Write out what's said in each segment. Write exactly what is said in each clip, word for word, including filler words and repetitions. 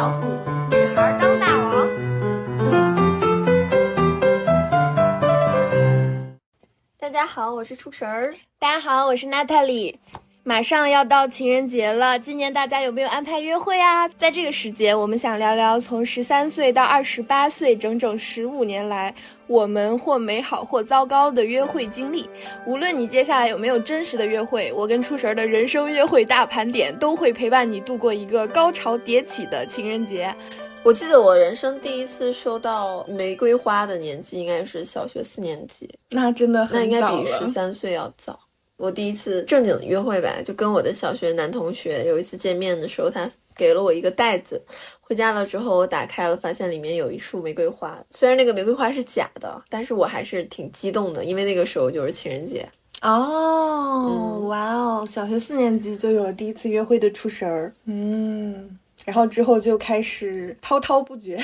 老虎，女孩当大王。大家好，我是出神儿。 大家好，我是娜塔莉。马上要到情人节了，今年大家有没有安排约会啊？在这个时节，我们想聊聊从十三岁到二十八岁，整整十五年来，我们或美好或糟糕的约会经历。无论你接下来有没有真实的约会，我跟出神的人生约会大盘点都会陪伴你度过一个高潮迭起的情人节。 我记得我人生第一次收到玫瑰花的年纪应该是小学四年级， 那真的很早了， 那应该比十三岁要早。我第一次正经的约会吧，就跟我的小学男同学有一次见面的时候，他给了我一个袋子，回家了之后我打开了，发现里面有一束玫瑰花。虽然那个玫瑰花是假的，但是我还是挺激动的，因为那个时候就是情人节。 哦、 嗯、 哇哦，小学四年级就有了第一次约会的出神儿。嗯，然后之后就开始滔滔不绝。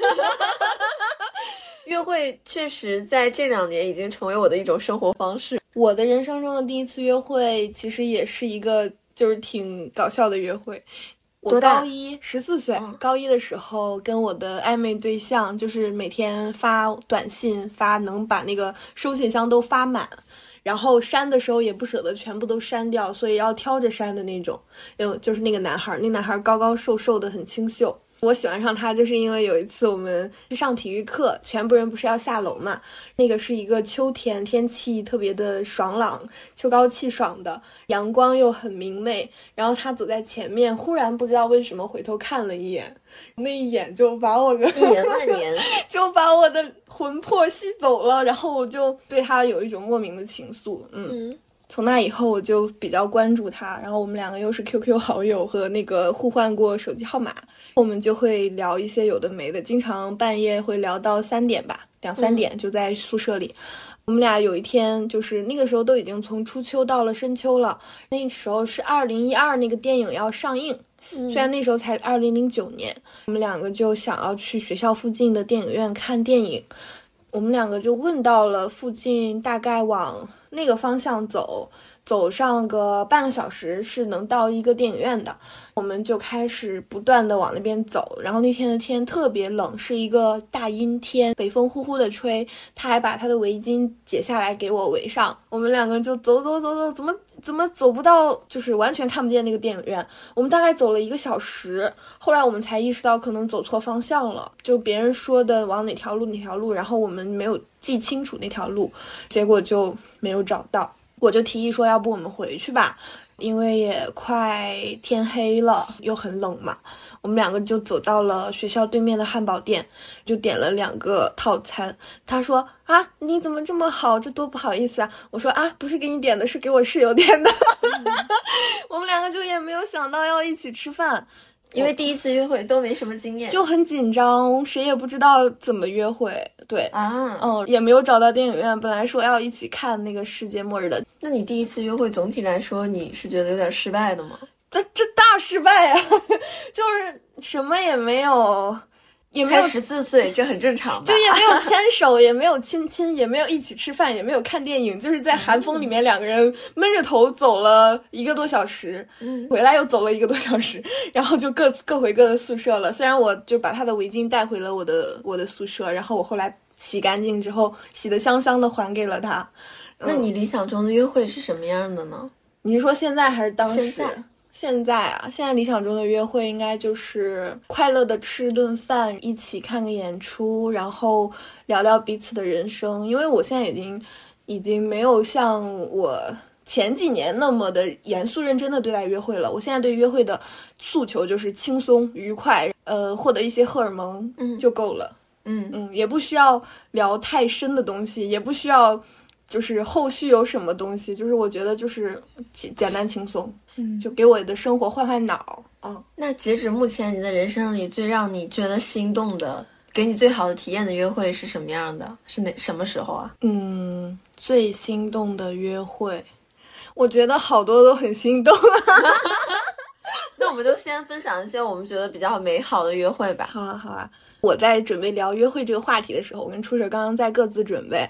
约会确实在这两年已经成为我的一种生活方式。 我的人生中的第一次约会其实也是一个就是挺搞笑的约会。我高一十四岁、嗯、高一的时候跟我的暧昧对象就是每天发短信，发能把那个收信箱都发满，然后删的时候也不舍得全部都删掉，所以要挑着删的那种。就是那个男孩，那男孩高高瘦瘦的很清秀。我喜欢上他就是因为有一次我们上体育课，全部人不是要下楼嘛，那个是一个秋天，天气特别的爽朗，秋高气爽的，阳光又很明媚，然后他走在前面，忽然不知道为什么回头看了一眼，那一眼就把我个一眼万年就把我的魂魄吸走了，然后我就对他有一种莫名的情愫。嗯嗯，从那以后我就比较关注他，然后我们两个又是 Q Q 好友和那个互换过手机号码，我们就会聊一些有的没的，经常半夜会聊到三点吧，两三点就在宿舍里、嗯、我们俩有一天就是那个时候都已经从初秋到了深秋了，那时候是二零一二那个电影要上映、嗯、虽然那时候才二零零九年，我们两个就想要去学校附近的电影院看电影，我们两个就问到了附近，大概往那个方向走，走上个半个小时是能到一个电影院的。我们就开始不断的往那边走，然后那天的天特别冷，是一个大阴天，北风呼呼的吹，他还把他的围巾解下来给我围上，我们两个就走走走走，怎么怎么走不到，就是完全看不见那个电影院。我们大概走了一个小时，后来我们才意识到可能走错方向了，就别人说的往哪条路哪条路，然后我们没有记清楚那条路，结果就没有找到。我就提议说要不我们回去吧，因为也快天黑了，又很冷嘛。我们两个就走到了学校对面的汉堡店，就点了两个套餐。他说啊，你怎么这么好，这多不好意思啊。我说啊，不是给你点的，是给我室友点的。嗯、我们两个就也没有想到要一起吃饭， 因为第一次约会都没什么经验， 就很紧张，谁也不知道怎么约会。对啊， 嗯，也没有找到电影院，本来说要一起看那个世界末日的。 那你第一次约会总体来说你是觉得有点失败的吗？ 这这大失败啊，就是什么也没有，也没有， 才十四岁，这很正常吧？ 就也没有牵手，也没有亲亲，也没有一起吃饭，也没有看电影，就是在寒风里面两个人闷着头走了一个多小时，嗯，回来又走了一个多小时，然后就各各回各的宿舍了。虽然我就把他的围巾带回了我的我的宿舍，然后我后来洗干净之后，洗得香香的还给了他。 嗯、那你理想中的约会是什么样的呢？ 你是说现在还是当时？ 现在。 现在啊，现在理想中的约会应该就是快乐的吃顿饭，一起看个演出，然后聊聊彼此的人生。因为我现在已经已经没有像我前几年那么的严肃认真的对待约会了。我现在对约会的诉求就是轻松愉快，呃，获得一些荷尔蒙就够了。 嗯嗯，也不需要聊太深的东西，也不需要就是后续有什么东西，就是我觉得就是简简单轻松。嗯，就给我的生活换换脑。嗯， 那截止目前你的人生里最让你觉得心动的，给你最好的体验的约会是什么样的？是哪什么时候啊？ 嗯，最心动的约会，我觉得好多都很心动啊。 那我们就先分享一些我们觉得比较美好的约会吧。 好啊好啊，我在准备聊约会这个话题的时候，我跟初婶刚刚在各自准备，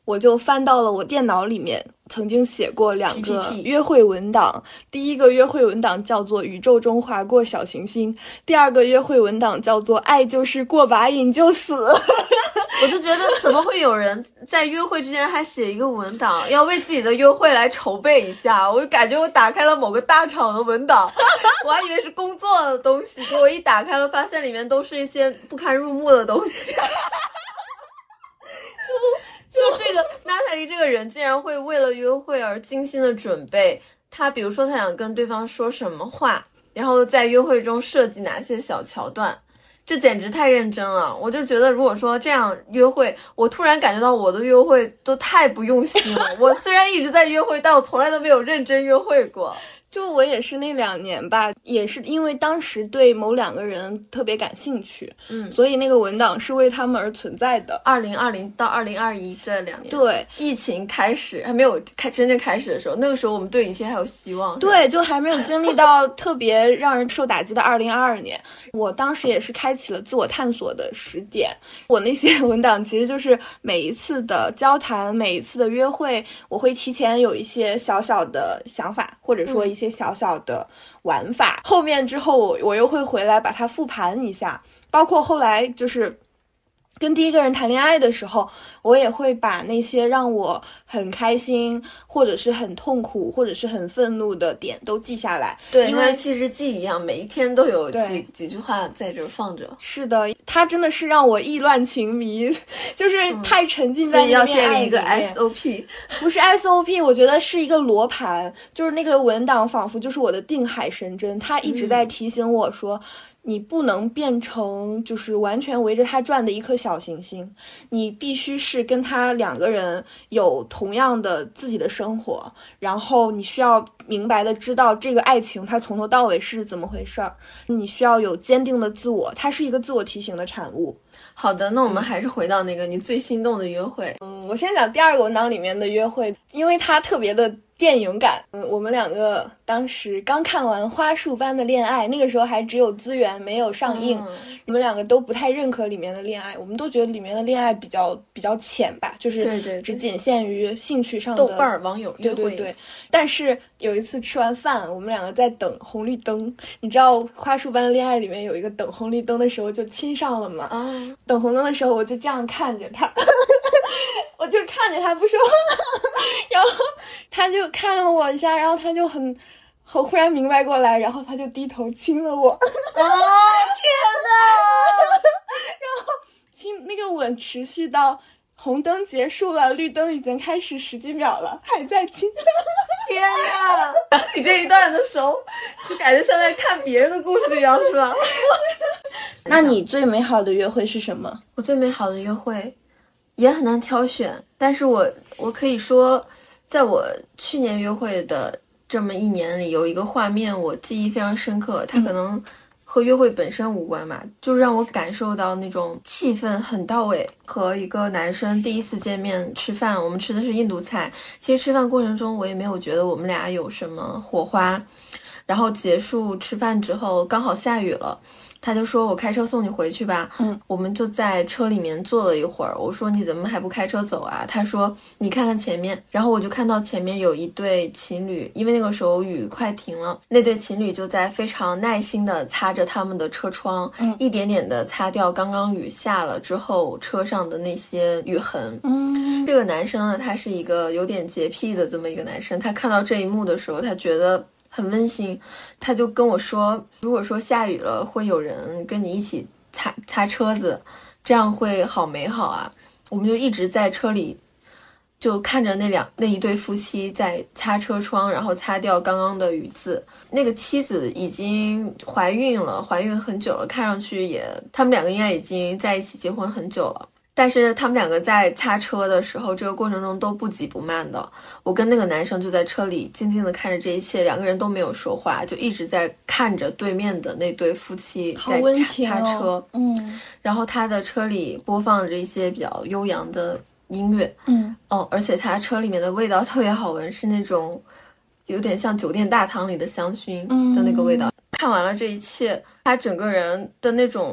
我就翻到了我电脑里面曾经写过两个 P P T 约会文档，第一个约会文档叫做宇宙中划过小行星，第二个约会文档叫做爱就是过把瘾就死。 我就觉得怎么会有人在约会之前还写一个文档，要为自己的约会来筹备一下，我就感觉我打开了某个大厂的文档，我还以为是工作的东西，结果一打开了发现里面都是一些不堪入目的东西。就就这个娜塔莉这个人竟然会为了约会而精心的准备，他比如说他想跟对方说什么话，然后在约会中设计哪些小桥段，这简直太认真了。我就觉得如果说这样约会，我突然感觉到我的约会都太不用心了。我虽然一直在约会，但我从来都没有认真约会过。 就我也是那两年吧，也是因为当时对某两个人特别感兴趣， 嗯， 所以那个文档是为他们而存在的。 二零二零到二零二一这两年， 对， 疫情开始还没有开真正开始的时候，那个时候我们对一切还有希望。 对，就还没有经历到特别让人受打击的二零二二年。我当时也是开启了自我探索的时点。我那些文档其实就是每一次的交谈，每一次的约会，我会提前有一些小小的想法，或者说一些小小的玩法，嗯、后面之后我我又会回来把它复盘一下，包括后来就是跟第一个人谈恋爱的时候，我也会把那些让我很开心或者是很痛苦或者是很愤怒的点都记下来。 对， 因为记日记一样，每一天都有几几句话在这放着。 是的，它真的是让我意乱情迷，就是太沉浸在那个恋爱里面、嗯、所以要建立一个 S O P， 不是 S O P， 我觉得是一个罗盘，就是那个文档仿佛就是我的定海神针，它一直在提醒我说、嗯你不能变成就是完全围着他转的一颗小行星，你必须是跟他两个人有同样的自己的生活，然后你需要明白的知道这个爱情它从头到尾是怎么回事儿，你需要有坚定的自我，它是一个自我提醒的产物。 好的，那我们还是回到那个你最心动的约会。 嗯，我先讲第二个文档里面的约会，因为它特别的电影感。嗯，我们两个当时刚看完《花束般的恋爱》，那个时候还只有资源没有上映， 嗯、 我们两个都不太认可里面的恋爱，我们都觉得里面的恋爱比较比较浅吧，就是只仅限于兴趣上的。 豆瓣网友约会。 对对对。但是有一次吃完饭，我们两个在等红绿灯，你知道《花束般的恋爱》里面有一个等红绿灯的时候就亲上了吗？ 啊。 等红灯的时候，我就这样看着他，我就看着他不说话，然后他就看了我一下，然后他就很，我忽然明白过来，然后他就低头亲了我。 哦，天哪！ 然后亲那个吻持续到红灯结束了，绿灯已经开始十几秒了，还在亲。 天哪！讲起这一段的时候，就感觉像在看别人的故事一样，是吧？ 那你最美好的约会是什么？ 我最美好的约会也很难挑选，但是我我可以说，在我去年约会的这么一年里，有一个画面我记忆非常深刻，它可能和约会本身无关嘛，就是让我感受到那种气氛很到位。和一个男生第一次见面吃饭，我们吃的是印度菜，其实吃饭过程中我也没有觉得我们俩有什么火花，然后结束吃饭之后刚好下雨了，他就说我开车送你回去吧。 嗯， 我们就在车里面坐了一会儿，我说你怎么还不开车走啊？他说你看看前面，然后我就看到前面有一对情侣，因为那个时候雨快停了，那对情侣就在非常耐心的擦着他们的车窗， 嗯， 一点点的擦掉刚刚雨下了之后车上的那些雨痕。 嗯， 这个男生呢，他是一个有点洁癖的这么一个男生，他看到这一幕的时候，他觉得很温馨，他就跟我说，如果说下雨了会有人跟你一起擦擦车子，这样会好美好啊。我们就一直在车里就看着那两那一对夫妻在擦车窗，然后擦掉刚刚的雨渍。那个妻子已经怀孕了，怀孕很久了，看上去也他们两个应该已经在一起结婚很久了，但是他们两个在擦车的时候，这个过程中都不急不慢的。我跟那个男生就在车里静静的看着这一切，两个人都没有说话，就一直在看着对面的那对夫妻在好温情擦车。 哦，嗯， 然后他的车里播放着一些比较悠扬的音乐， 嗯， 哦，而且他车里面的味道特别好闻，是那种有点像酒店大堂里的香薰的那个味道。嗯，看完了这一切，他整个人的那种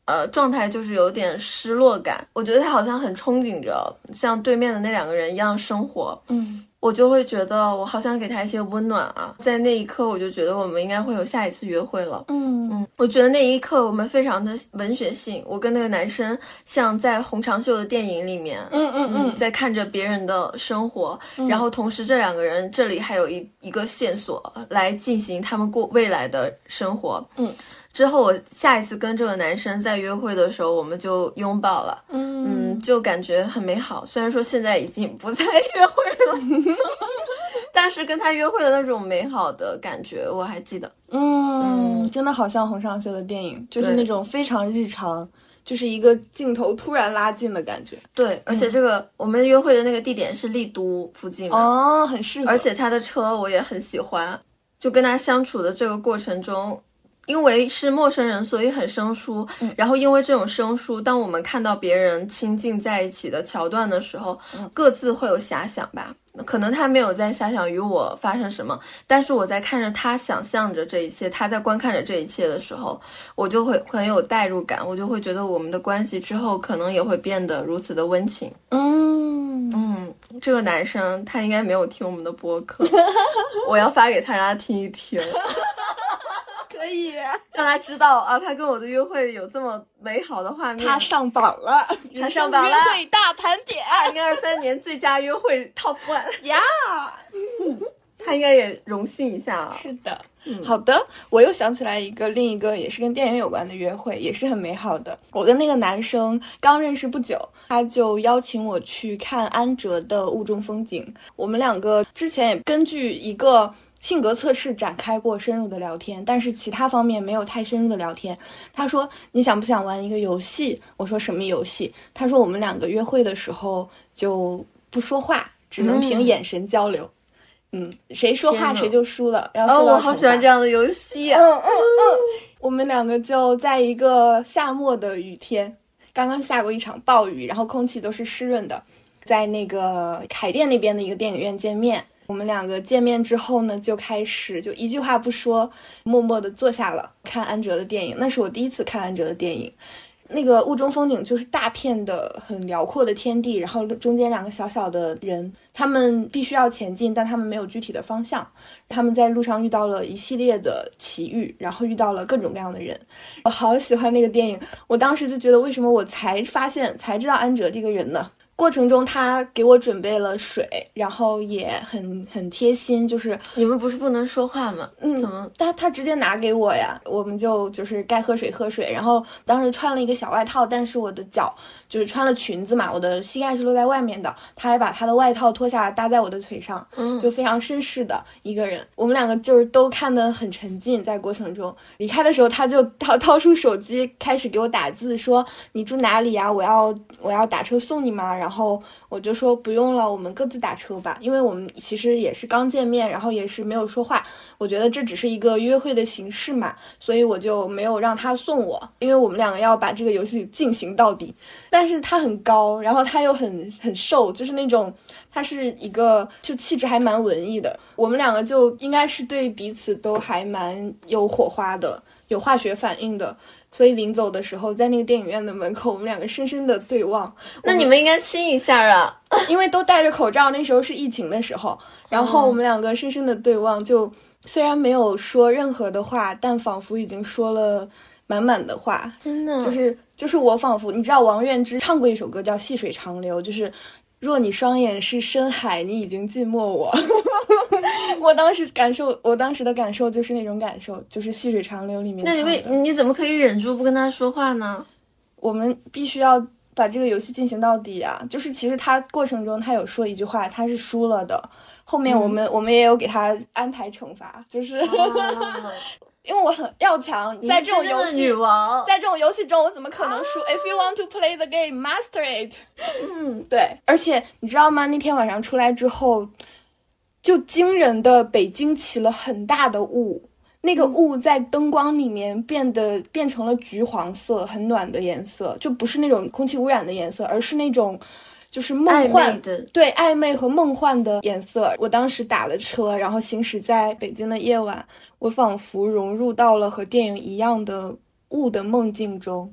呃状态就是有点失落感。我觉得他好像很憧憬着像对面的那两个人一样生活， 嗯， 我就会觉得我好想给他一些温暖啊。在那一刻我就觉得我们应该会有下一次约会了。 嗯嗯，我觉得那一刻我们非常的文学性，我跟那个男生像在洪长秀的电影里面， 嗯嗯嗯， 在看着别人的生活， 嗯、 然后同时这两个人这里还有一一个线索来进行他们过未来的生活。 嗯， 之后我下一次跟这个男生在约会的时候，我们就拥抱了。 嗯嗯，就感觉很美好。虽然说现在已经不再约会了，但是跟他约会的那种美好的感觉我还记得。 嗯，嗯真的好像洪尚秀的电影，就是那种非常日常，就是一个镜头突然拉近的感觉。 对，而且这个、嗯、我们约会的那个地点是丽都附近嘛， 哦，很适合。 而且他的车我也很喜欢，就跟他相处的这个过程中，因为是陌生人，所以很生疏、嗯、然后因为这种生疏，当我们看到别人亲近在一起的桥段的时候、嗯、各自会有遐想吧。可能他没有在遐想与我发生什么，但是我在看着他想象着这一切，他在观看着这一切的时候，我就会很有代入感，我就会觉得我们的关系之后可能也会变得如此的温情。 嗯嗯，这个男生他应该没有听我们的播客，我要发给他让他听一听。 可以让他知道啊，他跟我的约会有这么美好的画面。 他上榜了， 他上榜了。 约会大盘点， 二零二三年最佳约会 Top One 呀、 yeah! 他应该也荣幸一下啊。 是的、 嗯， 好的，我又想起来一个另一个也是跟电影有关的约会，也是很美好的。我跟那个男生刚认识不久，他就邀请我去看安哲的《雾中风景》。我们两个之前也根据一个性格测试展开过深入的聊天，但是其他方面没有太深入的聊天。他说你想不想玩一个游戏？我说什么游戏？他说我们两个约会的时候就不说话，只能凭眼神交流。嗯，谁说话谁就输了。然后哦，我好喜欢这样的游戏、啊。 嗯嗯嗯，我们两个就在一个夏末的雨天，刚刚下过一场暴雨，然后空气都是湿润的，在那个海淀那边的一个电影院见面。我们两个见面之后呢，就开始就一句话不说，默默地坐下了看安哲的电影。那是我第一次看安哲的电影。那个雾中风景就是大片的很辽阔的天地，然后中间两个小小的人，他们必须要前进，但他们没有具体的方向。他们在路上遇到了一系列的奇遇，然后遇到了各种各样的人。我好喜欢那个电影，我当时就觉得为什么我才发现才知道安哲这个人呢？过程中他给我准备了水，然后也很很贴心，就是你们不是不能说话吗？ 嗯， 怎么他他直接拿给我呀？我们就就是该喝水喝水，然后当时穿了一个小外套，但是我的脚就是穿了裙子嘛，我的膝盖是露在外面的，他还把他的外套脱下来搭在我的腿上， 嗯， 就非常绅士的一个人。我们两个就是都看得很沉浸，在过程中离开的时候，他就掏掏出手机开始给我打字，说你住哪里呀？我要我要打车送你吗？然后我就说不用了，我们各自打车吧，因为我们其实也是刚见面，然后也是没有说话，我觉得这只是一个约会的形式嘛，所以我就没有让他送我，因为我们两个要把这个游戏进行到底。但是他很高，然后他又很很瘦，就是那种他是一个就气质还蛮文艺的，我们两个就应该是对彼此都还蛮有火花的，有化学反应的。所以临走的时候，在那个电影院的门口，我们两个深深的对望。 那你们应该亲一下啊， 因为都戴着口罩，那时候是疫情的时候。然后我们两个深深的对望，就虽然没有说任何的话，但仿佛已经说了满满的话。 真的， 就是就是我仿佛，你知道王菀之唱过一首歌叫《细水长流》，就是若你双眼是深海，你已经浸没我。我当时感受，我当时的感受就是那种感受，就是细水长流里面唱的。 那你为你怎么可以忍住不跟他说话呢？ 我们必须要把这个游戏进行到底啊！就是其实他过程中他有说一句话，他是输了的。后面我们、嗯、我们也有给他安排惩罚，就是、啊、因为我很要强，在这种游戏女王， 在这种游戏中我怎么可能输、啊、？If you want to play the game, master it。嗯，对。而且你知道吗？那天晚上出来之后，就惊人的北京起了很大的雾。那个雾在灯光里面变得变成了橘黄色，很暖的颜色，就不是那种空气污染的颜色，而是那种就是梦幻的， 对，暧昧和梦幻的颜色。我当时打了车，然后行驶在北京的夜晚，我仿佛融入到了和电影一样的雾的梦境中。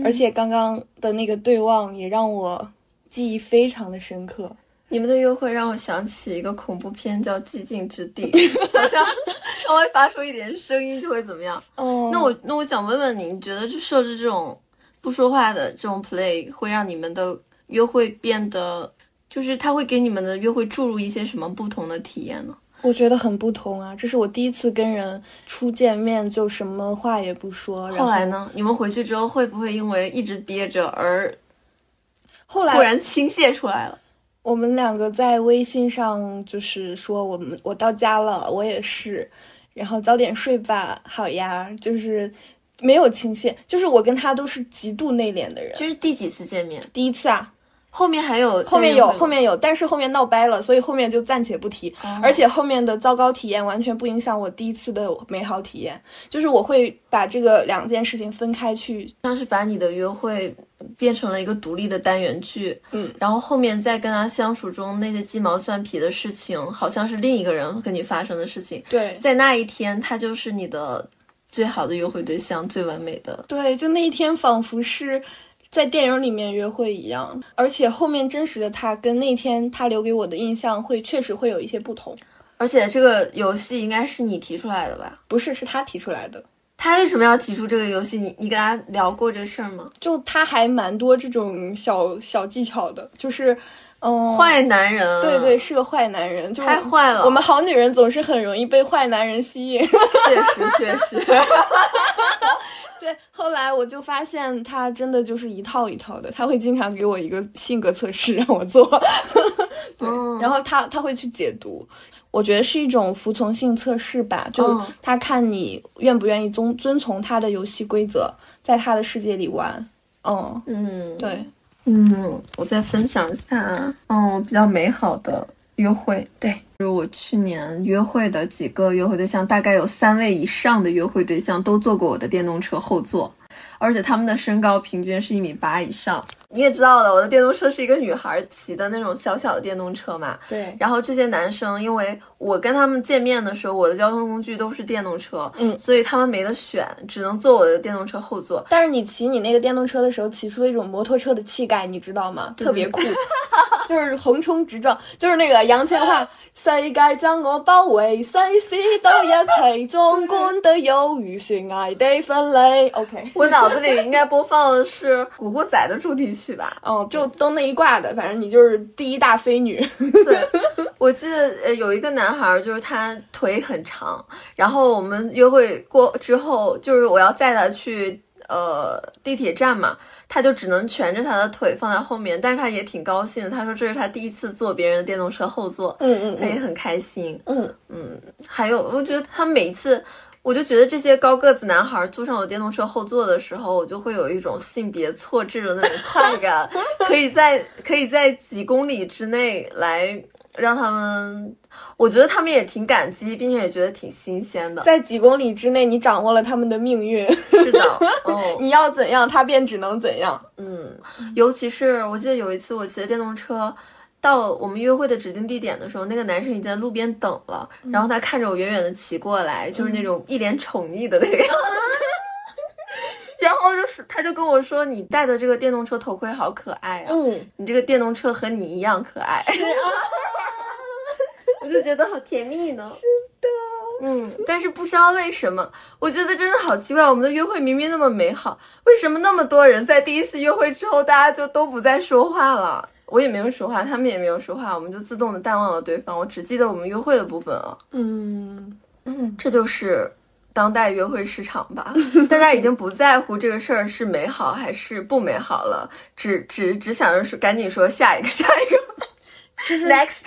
嗯、而且刚刚的那个对望也让我记忆非常的深刻。 你们的约会让我想起一个恐怖片叫《寂静之地》，好像稍微发出一点声音就会怎么样。 哦， 那我那我想问问你，你觉得是设置这种不说话的这种 play 会让你们的约会变得，就是它会给你们的约会注入一些什么不同的体验呢？ 我觉得很不同啊，这是我第一次跟人初见面就什么话也不说。 后来呢？你们回去之后会不会因为一直憋着而后来突然倾泻出来了？ 我们两个在微信上就是说我们我到家了，我也是，然后早点睡吧，好呀，就是没有倾泻，就是我跟他都是极度内敛的人。 这是第几次见面？ 第一次啊。 后面还有后面有后面有但是后面闹掰了，所以后面就暂且不提、哦、而且后面的糟糕体验完全不影响我第一次的美好体验，就是我会把这个两件事情分开去， 像是把你的约会变成了一个独立的单元剧， 嗯， 然后后面在跟他相处中那些鸡毛蒜皮的事情好像是另一个人跟你发生的事情， 对， 在那一天他就是你的最好的约会对象，最完美的， 对，就那一天仿佛是在电影里面约会一样，而且后面真实的他跟那天他留给我的印象会确实会有一些不同。 而且这个游戏应该是你提出来的吧？ 不是，是他提出来的。 他为什么要提出这个游戏？你你跟他聊过这事儿吗？ 就他还蛮多这种小小技巧的，就是嗯， 坏男人、啊， 对对，是个坏男人，就太坏了。 我们好女人总是很容易被坏男人吸引， 确实确实。 对，后来我就发现他真的就是一套一套的，他会经常给我一个性格测试让我做，对、嗯，然后他他会去解读，我觉得是一种服从性测试吧，就他看你愿不愿意遵遵从他的游戏规则，在他的世界里玩，嗯嗯， 对， 嗯，我再分享一下，嗯，比较美好的约会， 对， 就是我去年约会的几个约会对象，大概有三位以上的约会对象都坐过我的电动车后座，而且他们的身高平均是一米八以上。你也知道的，我的电动车是一个女孩骑的那种小小的电动车嘛。 对。 然后这些男生，因为我跟他们见面的时候，我的交通工具都是电动车， 嗯， 所以他们没得选，只能坐我的电动车后座。 但是你骑你那个电动车的时候，骑出了一种摩托车的气概，你知道吗？特别酷，就是横冲直撞，就是那个杨千嬅，世界将我包围，世事都一齊，壯觀的有如懸崖的分離。OK， 我腦子裡應該播放的是《古惑仔》的主題曲吧？ 哦，就都那一掛的，反正你就是第一大飛女。 對，我記得呃有一個男孩，就是他腿很長，然後我們約會過之後，就是我要載他去呃地鐵站嘛，他就只能蜷着他的腿放在後面，但是他也挺高興的，他說這是他第一次坐別人的電動車後座， 嗯嗯， 他也很開心， 嗯嗯，還有我覺得他每一次。我就覺得這些高個子男孩坐上我電動車後座的時候，我就會有一種性別錯置的那種快感，可以在可以在幾公里之內來讓他們，我覺得他們也挺感激，並且也覺得挺新鮮的。 在幾公里之內，你掌握了他們的命運。 是的，哦， 你要怎樣，他便只能怎樣。 嗯，尤其是我記得有一次我騎的電動車。到我們約會的指定地點的時候，那個男生已經在路邊等了，嗯、然後他看着我遠遠的騎過來，就是那種一臉寵溺的那個樣子。然後就是他就跟我說：“你戴的這個電動車頭盔好可愛啊！ 嗯， 你這個電動車和你一樣可愛。”是啊，我就覺得好甜蜜呢。 是的， 嗯，但是不知道為什麼，我覺得真的好奇怪，我們的約會明明那麼美好，為什麼那麼多人在第一次約會之後，大家就都不再說話了？我也沒有說話，他們也沒有說話，我們就自動的淡忘了對方。我只記得我們約會的部分了。 嗯嗯， 這就是當代約會市場吧。大家已經不在乎這個事兒是美好還是不美好了，只只只想着說趕緊說下一個下一個， 就是 next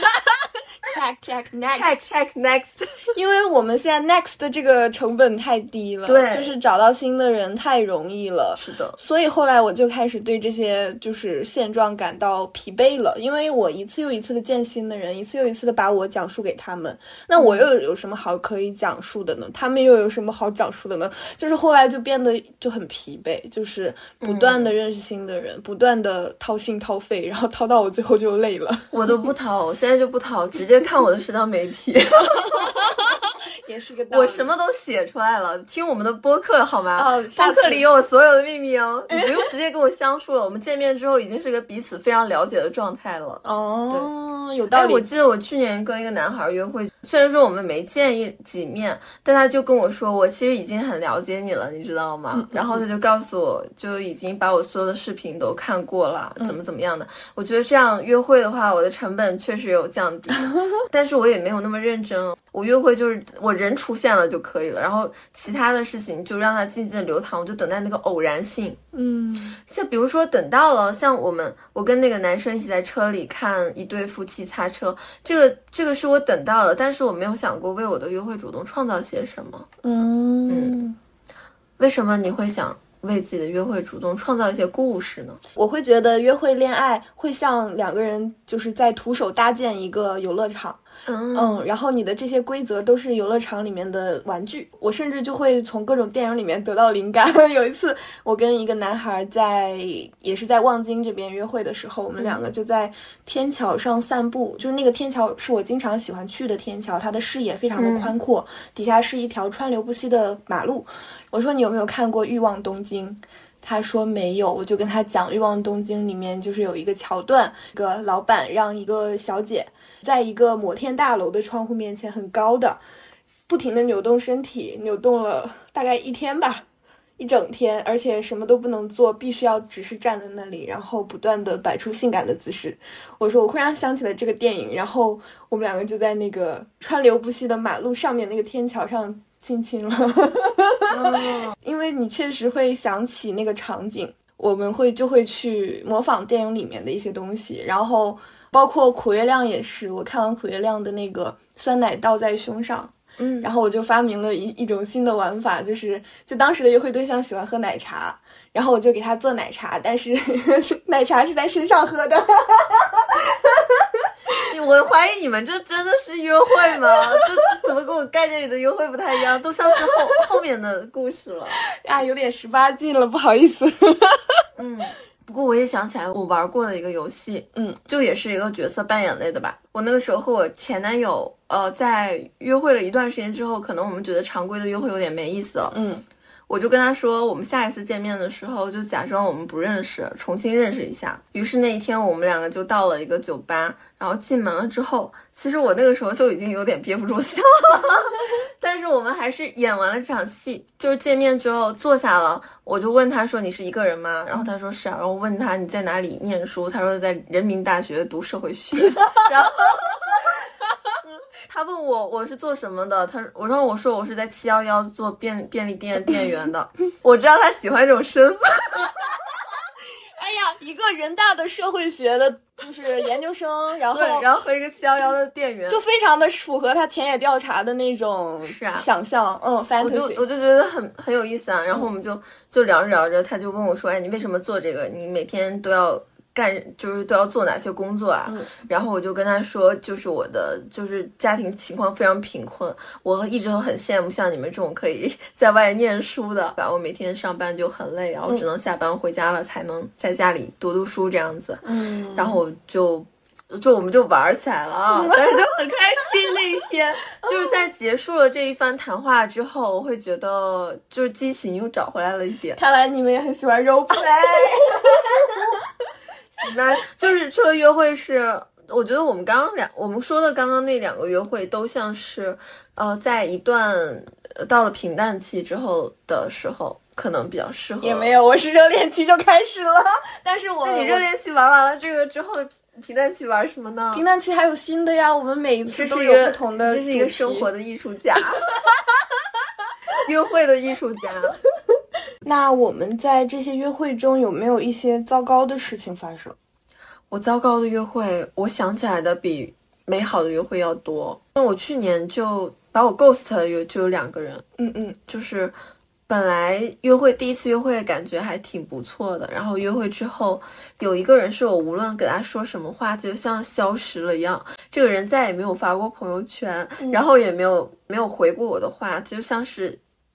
check check next check check next。 因為我們現在 next 的這個成本太低了， 對， 就是找到新的人太容易了， 是的。 所以後來我就開始對這些就是現狀感到疲憊了，因為我一次又一次的見新的人，一次又一次的把我講述給他們，那我又有什麼好可以講述的呢？他們又有什麼好講述的呢？就是後來就變得就很疲憊，就是不斷的認識新的人，嗯、不斷的掏心掏肺，然後掏到我最後就累了。 我都不掏，我現在就不掏，直接看我的社交媒體。 也是个道理。 我什么都写出来了，听我们的播客好吗？ 哦， 播客里有我所有的秘密哦，你不用直接跟我相处了。我们见面之后已经是个彼此非常了解的状态了。 哦，有道理。 我记得我去年跟一个男孩约会，虽然说我们没见一几面，但他就跟我说，我其实已经很了解你了，你知道吗？嗯、然后他就告诉我，就已经把我所有的视频都看过了，怎么怎么样的。我觉得这样约会的话，我的成本确实有降低，但是我也没有那么认真。我约会就是我人出现了就可以了，然后其他的事情就让它静静的流淌，我就等待那个偶然性。 嗯， 像比如说等到了，像我们我跟那个男生一起在车里看一对夫妻擦车，这个这个是我等到了，但是我没有想过为我的约会主动创造些什么。 嗯嗯，为什么你会想为自己的约会主动创造一些故事呢？ 我会觉得约会恋爱会像两个人就是在徒手搭建一个游乐场。 嗯嗯，然后你的这些规则都是游乐场里面的玩具。我甚至就会从各种电影里面得到灵感。有一次我跟一个男孩在也是在望京这边约会的时候，我们两个就在天桥上散步，就是那个天桥是我经常喜欢去的天桥，它的视野非常的宽阔，嗯、底下是一条川流不息的马路。我说你有没有看过《欲望东京》？他说没有。我就跟他讲《欲望东京》里面就是有一个桥段，一个老板让一个小姐在一个摩天大楼的窗户面前很高的不停的扭动身体，扭动了大概一天吧，一整天，而且什么都不能做，必须要只是站在那里，然后不断的摆出性感的姿势。我说我忽然想起了这个电影，然后我们两个就在那个川流不息的马路上面那个天桥上亲亲了。 哦、 因为你确实会想起那个场景，我们会就会去模仿电影里面的一些东西，然后包括苦月亮也是，我看完苦月亮的那个酸奶倒在胸上， 嗯， 然后我就发明了一一种新的玩法，就是就当时的约会对象喜欢喝奶茶，然后我就给他做奶茶，但是奶茶是在身上喝的。 我怀疑你们这真的是约会吗？这怎么跟我概念里的约会不太一样，都像是后后面的故事了啊，有点十八禁了，不好意思。 嗯，不过我也想起来我玩过的一个游戏， 嗯， 就也是一个角色扮演类的吧。我那个时候和我前男友呃在约会了一段时间之后，可能我们觉得常规的约会有点没意思了， 嗯， 我就跟他说我们下一次见面的时候就假装我们不认识，重新认识一下。于是那一天我们两个就到了一个酒吧，然后进门了之后，其实我那个时候就已经有点憋不住笑了但是我们还是演完了这场戏，就是见面之后坐下了，我就问他说你是一个人吗？然后他说是啊，然后问他你在哪里念书，他说在人民大学读社会学然后他问我我是做什么的，他我说我说我是在七一一做便便利店店员的我知道他喜欢这种身份哎呀，一个人大的社会学的就是研究生，然后对，然后和一个七一一的店员， 就非常的符合他田野调查的那种想象。 是啊、 嗯 fantasy 我就我就觉得很很有意思啊。然后我们就、嗯、就聊着聊着，他就问我说，哎，你为什么做这个？你每天都要干，就是都要做哪些工作啊、 嗯、 然后我就跟他说，就是我的就是家庭情况非常贫困，我一直都很羡慕像你们这种可以在外念书的，我每天上班就很累，然后只能下班回家了才能在家里读读书这样子。 嗯， 然后我就就我们就玩起来了啊，但是就很开心那一天就是在结束了这一番谈话之后，我会觉得就是激情又找回来了一点。 看来你们也很喜欢 role play 那就是这个约会是，我觉得我们刚刚两我们说的刚刚那两个约会都像是呃在一段到了平淡期之后的时候可能比较适合。 也没有，我是热恋期就开始了，但是我那你热恋期玩完了这个之后，平淡期玩什么呢？ 平淡期还有新的呀，我们每一次都有不同的主题。 这是一个生活的艺术家约会的艺术家。 那我们在这些约会中有没有一些糟糕的事情发生？ 我糟糕的约会我想起来的比美好的约会要多。那我去年就把我 ghost 有就有两个人， 嗯嗯， 就是本来约会第一次约会感觉还挺不错的，然后约会之后有一个人是我无论给他说什么话就像消失了一样，这个人再也没有发过朋友圈、嗯、然后也没有没有回过我的话，就像是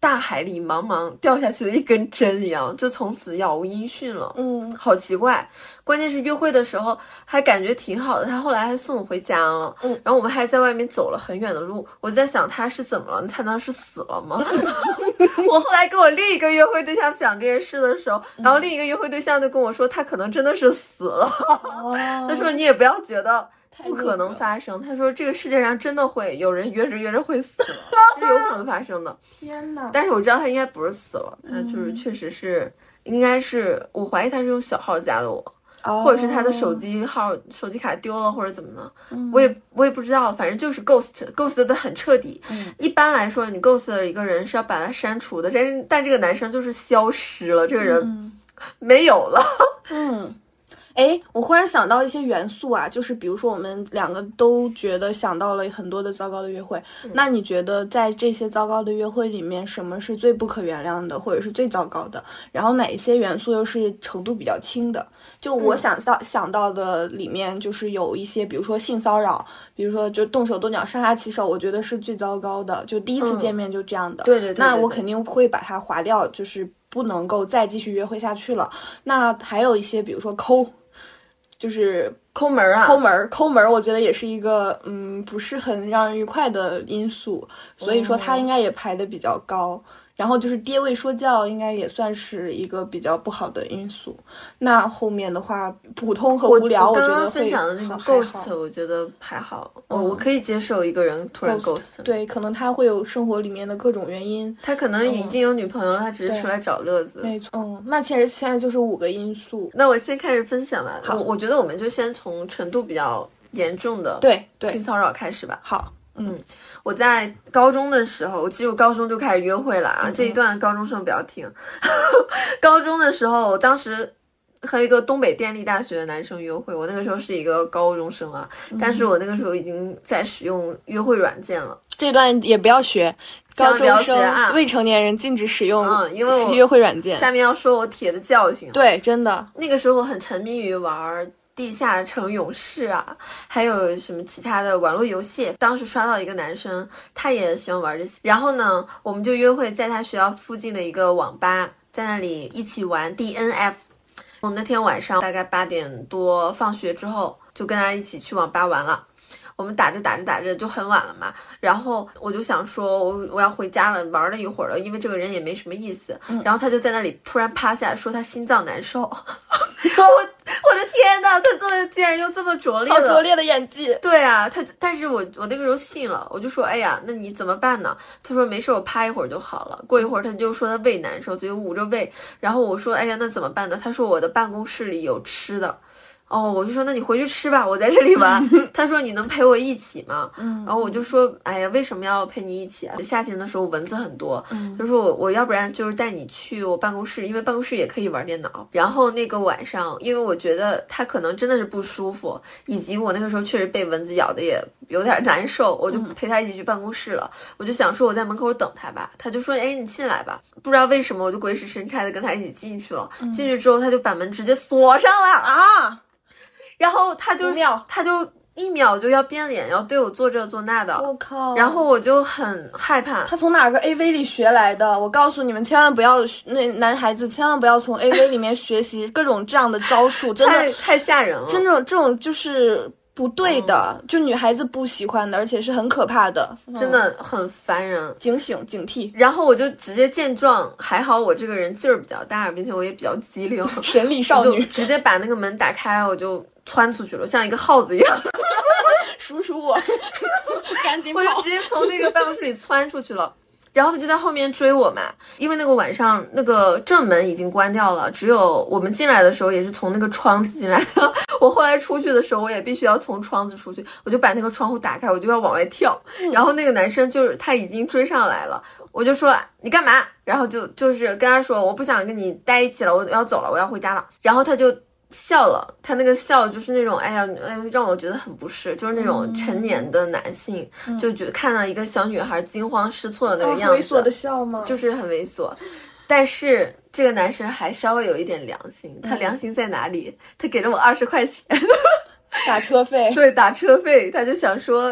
大海里茫茫掉下去的一根针一样，就从此杳无音讯了。 嗯， 好奇怪。关键是约会的时候还感觉挺好的，他后来还送我回家了。 嗯， 然后我们还在外面走了很远的路。我在想他是怎么了？他难道是死了吗？我后来跟我另一个约会对象讲这件事的时候，然后另一个约会对象就跟我说，他可能真的是死了。 哦、 他说你也不要觉得不可能发生，他说这个世界上真的会有人约着约着会死了，是有可能发生的。 天哪！ 但是我知道他应该不是死了，他就是确实是，应该是我怀疑他是用小号加的我。 Oh. 或者是他的手机号、手机卡丢了，或者怎么呢？嗯、我也我也不知道，反正就是 ghost ghost 的很彻底。 嗯、 一般来说，你 ghost 了一个人是要把他删除的，但是但这个男生就是消失了，这个人、嗯、没有了。 嗯。哎，我忽然想到一些元素啊，就是比如说我们两个都觉得想到了很多的糟糕的约会，嗯、那你觉得在这些糟糕的约会里面，什么是最不可原谅的，或者是最糟糕的？然后哪一些元素又是程度比较轻的？就我想到、嗯、想到的里面，就是有一些，比如说性骚扰，比如说就动手动脚、上下其手，我觉得是最糟糕的，就第一次见面就这样的。 嗯、对, 对, 对, 对, 对， 那我肯定会把它划掉，就是不能够再继续约会下去了。那还有一些，比如说抠。就是抠门啊， 抠门，抠门，我觉得也是一个嗯不是很让人愉快的因素，所以说它应该也排的比较高。嗯、然后就是爹味说教，应该也算是一个比较不好的因素。那后面的话，普通和无聊，我觉得会我刚刚分享的那个 ghost， 我觉得还好，我、嗯、我可以接受一个人突然 ghost。 对，可能他会有生活里面的各种原因， 他可能已经有女朋友了，嗯、他只是出来找乐子。 没错，嗯，那其实现在就是五个因素。 那我先开始分享吧。 好， 我我觉得我们就先从程度比较严重的对对性骚扰开始吧。 好。 嗯，我在高中的时候，其实我高中就开始约会了啊。 嗯嗯这一段高中生不要听。高中的时候，我当时和一个东北电力大学的男生约会，我那个时候是一个高中生啊， 嗯、 但是我那个时候已经在使用约会软件了。 这段也不要学，高中生、 啊、 未成年人禁止使用嗯，因为约会软件。 下面要说我铁的教训。 对，真的， 那个时候我很沉迷于玩地下城勇士啊，还有什么其他的网络游戏。当时刷到一个男生，他也喜欢玩这些，然后呢，我们就约会在他学校附近的一个网吧，在那里一起玩 D N F。我那天晚上大概八点多放学之后，就跟他一起去网吧玩了。我们打着打着打着就很晚了嘛，然后我就想说我我要回家了，玩了一会儿了，因为这个人也没什么意思。 嗯、 然后他就在那里突然趴下说他心脏难受。我我的天哪，他做的竟然用这么拙劣的好拙劣的演技。 对啊，他但是我我那个时候信了，我就说哎呀，那你怎么办呢？他说没事，我趴一会儿就好了。过一会儿他就说他胃难受，所以捂着胃。然后我说哎呀，那怎么办呢？他说我的办公室里有吃的。哦，我就说那你回去吃吧，我在这里玩。他说你能陪我一起吗？ 嗯， 然后我就说，哎呀，为什么要陪你一起啊？夏天的时候蚊子很多， 嗯， 就说我我要不然就是带你去我办公室，因为办公室也可以玩电脑。然后那个晚上，因为我觉得他可能真的是不舒服，以及我那个时候确实被蚊子咬的也有点难受，我就陪他一起去办公室了。嗯、我就想说我在门口等他吧，他就说，哎，你进来吧。不知道为什么，我就鬼使神差的跟他一起进去了。 嗯、 进去之后，他就把门直接锁上了啊。 然后他就他就一秒就要变脸，要对我做这做那的， 我靠！ 然后我就很害怕。 他从哪个 A V 里学来的？我告诉你们，千万不要，那男孩子千万不要从 A V 里面学习各种这样的招数，真的太太吓人了。 真的这种就是不对的，嗯、就女孩子不喜欢的，而且是很可怕的， 真的很烦人。 嗯、警醒警惕。 然后我就直接见状，还好我这个人劲儿比较大，并且我也比较机灵， 神力少女， 直接把那个门打开，我就窜出去了，像一个耗子一样。 叔叔我赶紧跑， 我就直接从那个办公室里窜出去了。然后他就在后面追我嘛，因为那个晚上那个正门已经关掉了，只有我们进来的时候也是从那个窗子进来的。我后来出去的时候，我也必须要从窗子出去，我就把那个窗户打开，我就要往外跳。然后那个男生就是他已经追上来了，我就说你干嘛？然后就就是跟他说我不想跟你待一起了，我要走了，我要回家了。然后他就笑了，他那个笑就是那种哎呀哎让我觉得很不适，就是那种成年的男性、嗯、就觉得看到一个小女孩惊慌失措的那个样子、 哦、猥琐的笑吗？ 就是很猥琐。但是这个男生还稍微有一点良心，他良心在哪里？他给了我二十块钱打车费。 对，打车费。他就想说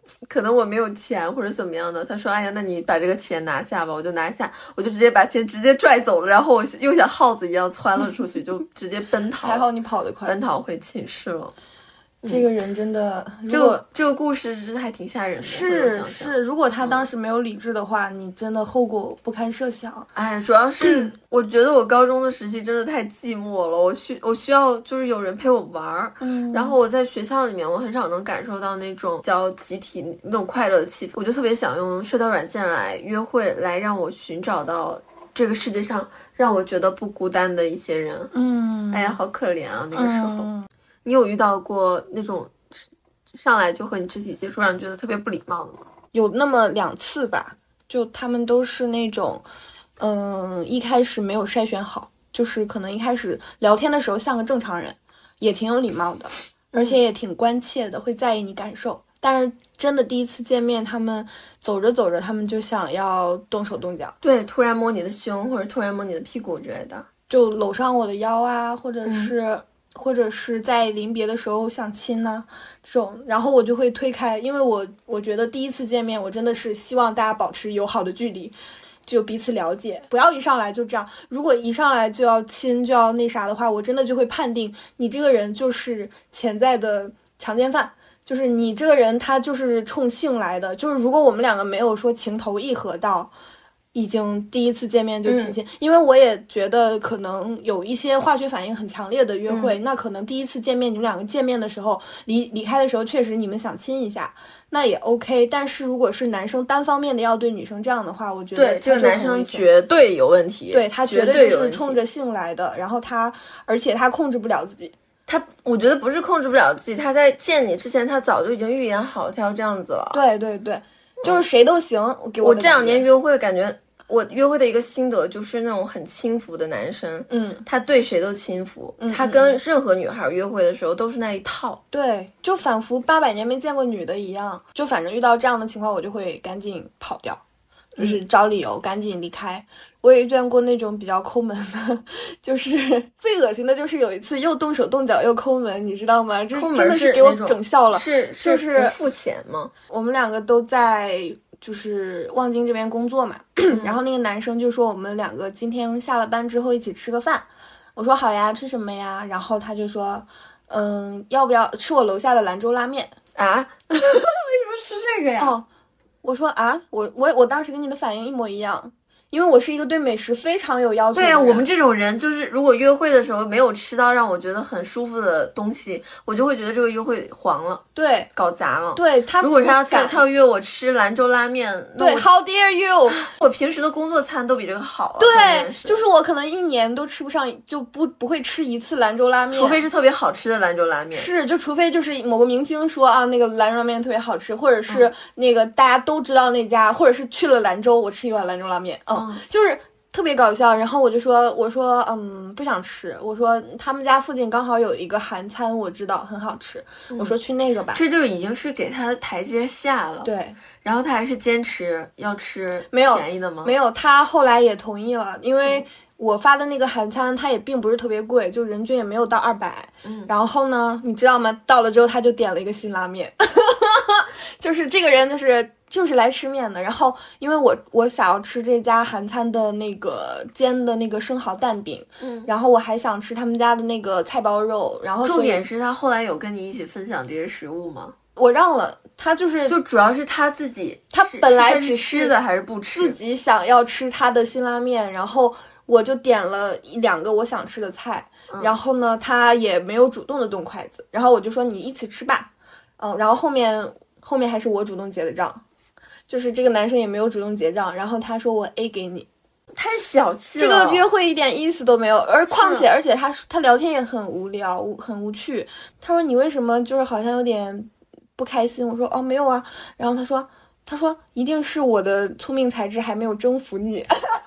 可能我没有钱或者怎么样的，他说哎呀那你把这个钱拿下吧，我就拿下，我就直接把钱直接拽走了，然后我又像耗子一样窜了出去，就直接奔逃。 还好你跑得快， 奔逃回寝室了。 这个人真的， 这个这个故事还挺吓人的。 是是，如果他当时没有理智的话，嗯、你真的后果不堪设想。 哎，主要是我觉得我高中的时期真的太寂寞了，我需我需要就是有人陪我玩儿。嗯，然后我在学校里面，我很少能感受到那种叫集体那种快乐的气氛，我就特别想用社交软件来约会，来让我寻找到这个世界上让我觉得不孤单的一些人。嗯，哎呀，好可怜啊，那个时候。嗯，你有遇到过那种上来就和你肢体接触让你觉得特别不礼貌的吗？ 有那么两次吧，就他们都是那种嗯、呃，一开始没有筛选好，就是可能一开始聊天的时候像个正常人，也挺有礼貌的，而且也挺关切的，会在意你感受。但是真的第一次见面，他们走着走着他们就想要动手动脚， 对，突然摸你的胸或者突然摸你的屁股之类的， 就搂上我的腰啊，或者是、嗯或者是在临别的时候想亲呢、啊，这种，然后我就会推开，因为我我觉得第一次见面，我真的是希望大家保持友好的距离，就彼此了解，不要一上来就这样。如果一上来就要亲就要那啥的话，我真的就会判定你这个人就是潜在的强奸犯，就是你这个人他就是冲性来的。就是如果我们两个没有说情投意合到已经第一次见面就亲亲、嗯、因为我也觉得可能有一些化学反应很强烈的约会、嗯、那可能第一次见面你们两个见面的时候离离开的时候确实你们想亲一下，那也 OK。 但是如果是男生单方面的要对女生这样的话，我觉得对这个男生绝对有问题， 对他绝对就是冲着性来的，然后他而且他控制不了自己， 他我觉得不是控制不了自己，他在见你之前他早就已经预言好他要这样子了。 对对对，就是谁都行、嗯、给我我这两年约会感觉我约会的一个心得就是那种很轻浮的男生，嗯，他对谁都轻浮，嗯，他跟任何女孩约会的时候都是那一套， 对，就仿佛八百年没见过女的一样。就反正遇到这样的情况，我就会赶紧跑掉，就是找理由赶紧离开。我也遇见过那种比较抠门的，就是最恶心的就是有一次又动手动脚又抠门，你知道吗？这真的是给我整笑了。 是就是不付钱吗？ 我们两个都在就是望京这边工作嘛，然后那个男生就说我们两个今天下了班之后一起吃个饭。我说好呀，吃什么呀？然后他就说嗯，要不要吃我楼下的兰州拉面啊？为什么吃这个呀？ 哦，我说啊，我我我当时跟你的反应一模一样，因为我是一个对美食非常有要求的人。 对啊，我们这种人就是如果约会的时候没有吃到让我觉得很舒服的东西，我就会觉得这个约会黄了， 对， 搞砸了。 对，他如果他要他要约我吃兰州拉面， 对 ，How dare you！ 我平时的工作餐都比这个好、啊。 对，是就是我可能一年都吃不上，就不不会吃一次兰州拉面， 除非是特别好吃的兰州拉面。 是，就除非就是某个明星说啊，那个兰州拉面特别好吃，或者是那个大家都知道那家，嗯、或者是去了兰州，我吃一碗兰州拉面，嗯，嗯就是特别搞笑。然后我就说，我说嗯不想吃，我说他们家附近刚好有一个韩餐，我知道很好吃，嗯、我说去那个吧。 这就已经是给他台阶下了。 对。 然后他还是坚持要吃便宜的吗？ 没有，他后来也同意了，因为我发的那个韩餐他也并不是特别贵，就人均也没有到二百。嗯，然后呢，你知道吗？到了之后他就点了一个辛拉面，就是这个人就是就是来吃面的。然后因为我我想要吃这家韩餐的那个煎的那个生蚝蛋饼，嗯，然后我还想吃他们家的那个菜包肉。然后重点是他后来有跟你一起分享这些食物吗？ 我让了他，就是就主要是他自己， 他本来只是吃的还是不吃， 自己想要吃他的辛拉面，然后我就点了一两个我想吃的菜，嗯、然后呢，他也没有主动的动筷子，然后我就说你一起吃吧，嗯，然后后面后面还是我主动结的账，就是这个男生也没有主动结账，然后他说我 A 给你。 太小气了， 这个约会一点意思都没有，而况且而且他他聊天也很无聊，很无趣。他说你为什么就是好像有点不开心？我说哦没有啊，然后他说他说一定是我的聪明才智还没有征服你。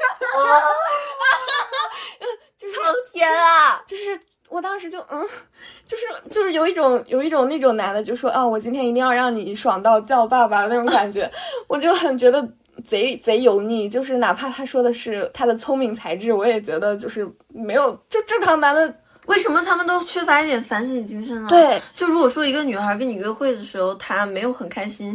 就是天啊， 就是我当时就嗯，就是就是有一种有一种那种男的就说啊，我今天一定要让你爽到叫爸爸的那种感觉，我就很觉得贼贼油腻。就是哪怕他说的是他的聪明才智，我也觉得就是没有，就正常男的。 为什么他们都缺乏一点反省精神呢？ 对， 就如果说一个女孩跟你约会的时候，她没有很开心，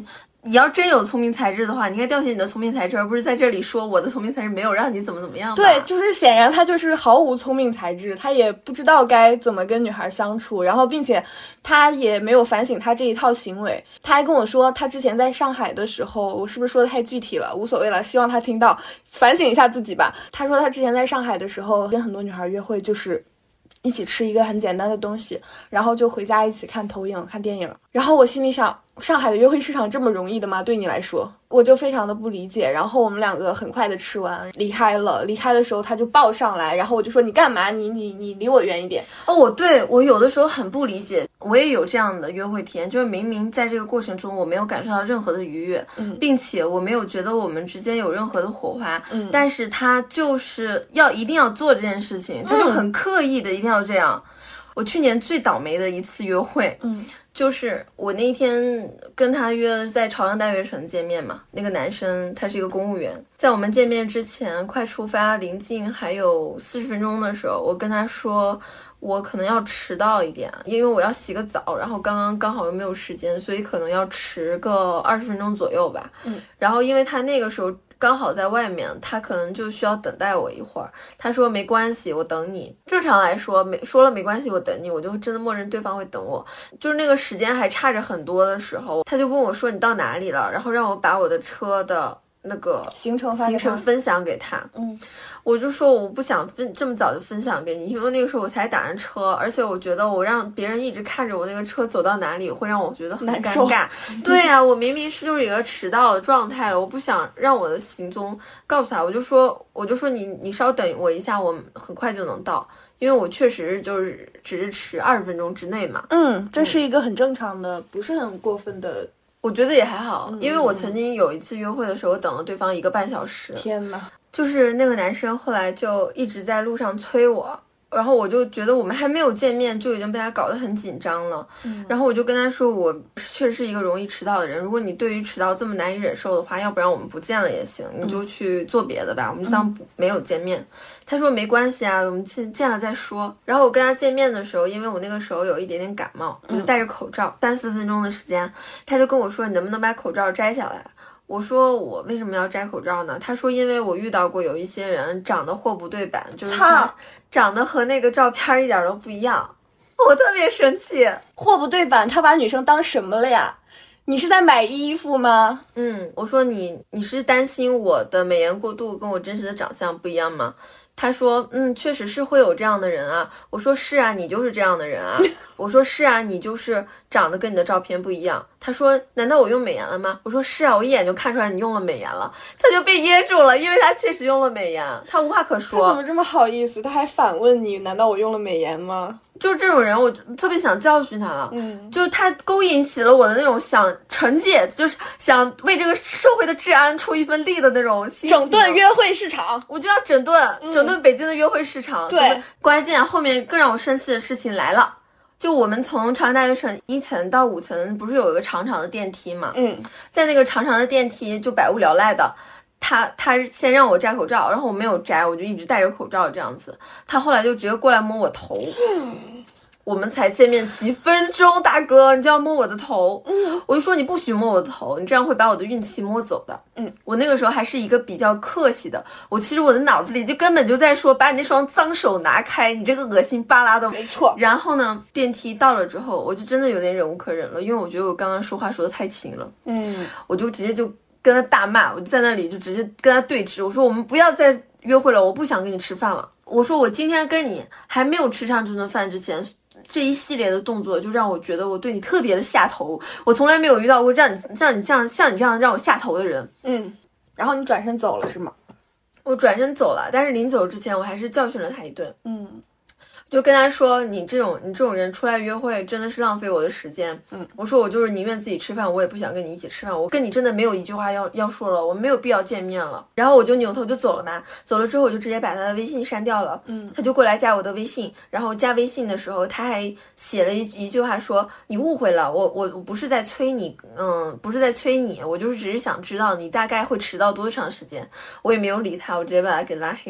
你要真有聪明才智的话，你应该调动你的聪明才智，而不是在这里说我的聪明才智没有让你怎么怎么样。 对，就是显然他就是毫无聪明才智，他也不知道该怎么跟女孩相处，然后并且他也没有反省他这一套行为。他还跟我说他之前在上海的时候，我是不是说的太具体了？无所谓了，希望他听到，反省一下自己吧。他说他之前在上海的时候跟很多女孩约会，就是一起吃一个很简单的东西，然后就回家一起看投影看电影。然后我心里想，上海的约会市场这么容易的吗？对你来说？我就非常的不理解。然后我们两个很快的吃完离开了，离开的时候他就抱上来，然后我就说你干嘛，你你你离我远一点。 哦，我对我有的时候很不理解，我也有这样的约会体验，就是明明在这个过程中我没有感受到任何的愉悦， 嗯， 并且我没有觉得我们之间有任何的火花， 嗯， 但是他就是要一定要做这件事情，他就很刻意的一定要这样。嗯，我去年最倒霉的一次约会， 嗯， 就是我那一天跟他约的是在朝阳大悦城见面嘛，那个男生他是一个公务员，在我们见面之前快出发临近还有四十分钟的时候，我跟他说我可能要迟到一点，因为我要洗个澡，然后刚刚刚好又没有时间，所以可能要迟个二十分钟左右吧。 嗯， 然后因为他那个时候刚好在外面，他可能就需要等待我一会儿。他说没关系，我等你。正常来说，没说了没关系，我等你，我就真的默认对方会等我。就是那个时间还差着很多的时候，他就问我说你到哪里了，然后让我把我的车的那个行程行程分享给他。 嗯， 我就说我不想分这么早就分享给你，因为那个时候我才打上车，而且我觉得我让别人一直看着我那个车走到哪里，会让我觉得很尴尬。对啊，我明明是就是一个迟到的状态了，我不想让我的行踪告诉他，我就说我就说你你稍等我一下，我很快就能到。因为我确实就是只是迟二十分钟之内嘛。 嗯，这是一个很正常的，嗯，不是很过分的。 我觉得也还好，因为我曾经有一次约会的时候，我等了对方一个半小时。 天哪！ 就是那个男生后来就一直在路上催我，然后我就觉得我们还没有见面就已经被他搞得很紧张了。 嗯， 然后我就跟他说，我确实是一个容易迟到的人，如果你对于迟到这么难以忍受的话，要不然我们不见了也行，你就去做别的吧，我们就当没有见面。他说没关系啊，我们见见了再说。然后我跟他见面的时候，因为我那个时候有一点点感冒，我就戴着口罩，三四分钟的时间，他就跟我说你能不能把口罩摘下来。我说我为什么要摘口罩呢？他说因为我遇到过有一些人长得货不对版，就是他长得和那个照片一点都不一样。我特别生气。 货不对版，他把女生当什么了呀？你是在买衣服吗？ 嗯，我说你你是担心我的美颜过度跟我真实的长相不一样吗？他说嗯，确实是会有这样的人啊。我说是啊，你就是这样的人啊。我说是啊，你就是长得跟你的照片不一样。他说难道我用美颜了吗？我说是啊，我一眼就看出来你用了美颜了。他就被噎住了，因为他确实用了美颜，他无话可说。 他怎么这么好意思？他还反问你难道我用了美颜吗？ 就是这种人我特别想教训他了。 嗯， 就是他勾引起了我的那种想惩戒，就是想为这个社会的治安出一份力的那种心情。 整顿约会市场， 我就要整顿、嗯、整顿北京的约会市场。 对， 关键后面更让我生气的事情来了，就我们从朝阳大悦城一层到五层不是有一个长长的电梯嘛？ 嗯，在那个长长的电梯就百无聊赖的，他他先让我摘口罩，然后我没有摘，我就一直戴着口罩这样子。他后来就直接过来摸我头。嗯，我们才见面几分钟，大哥你就要摸我的头。 嗯， 我就说你不许摸我的头，你这样会把我的运气摸走的。 嗯， 我那个时候还是一个比较客气的，我其实我的脑子里就根本就在说把你那双脏手拿开，你这个恶心巴拉的。 没错。 然后呢，电梯到了之后，我就真的有点忍无可忍了，因为我觉得我刚刚说话说的太轻了。 嗯， 我就直接就跟他大骂，我就在那里就直接跟他对峙，我说我们不要再约会了，我不想跟你吃饭了。我说我今天跟你还没有吃上这顿饭之前，这一系列的动作就让我觉得我对你特别的下头，我从来没有遇到过让你让你这样像你这样让我下头的人。 嗯，然后你转身走了是吗？ 我转身走了，但是临走之前我还是教训了他一顿。 嗯， 就跟他说你这种你这种人出来约会真的是浪费我的时间。 嗯， 我说我就是宁愿自己吃饭，我也不想跟你一起吃饭，我跟你真的没有一句话要要说了，我没有必要见面了。然后我就扭头就走了嘛，走了之后我就直接把他的微信删掉了。 嗯， 他就过来加我的微信，然后加微信的时候他还写了一一句话说你误会了，我我我不是在催你，嗯，不是在催你，我就是只是想知道你大概会迟到多长时间。我也没有理他，我直接把他给拉黑了。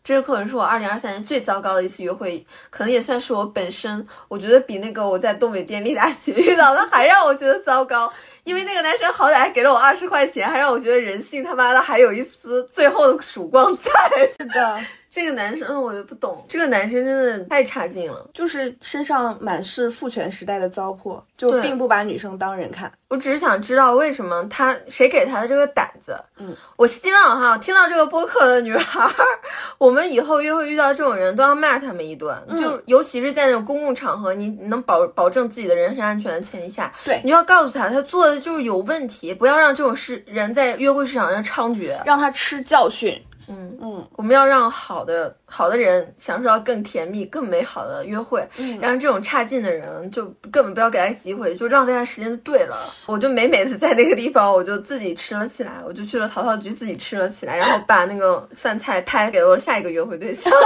这个可能是我二零二三年最糟糕的一次约会，可能也算是我本身，我觉得比那个我在东北电力大学遇到的还让我觉得糟糕。因为那个男生好歹还给了我二十块钱，还让我觉得人性他妈的还有一丝最后的曙光在。 是的， 这个男生我就不懂，这个男生真的太差劲了， 就是身上满是父权时代的糟粕，就并不把女生当人看。 我只是想知道为什么他谁给他的这个胆子。 嗯， 我希望哈听到这个播客的女孩，我们以后约会遇到这种人都要骂他们一顿，嗯、就尤其是在那种公共场合，你能保保证自己的人身安全的前提下， 对， 你要告诉他他做的就是有问题，不要让这种事人在约会市场上猖獗， 让他吃教训。 嗯嗯， 我们要让好的好的人享受到更甜蜜、更美好的约会， 嗯， 让这种差劲的人就根本不要给他机会，就浪费他时间就对了。我就每每次在那个地方，我就自己吃了起来，我就去了淘淘局自己吃了起来，然后把那个饭菜拍给我下一个约会对象。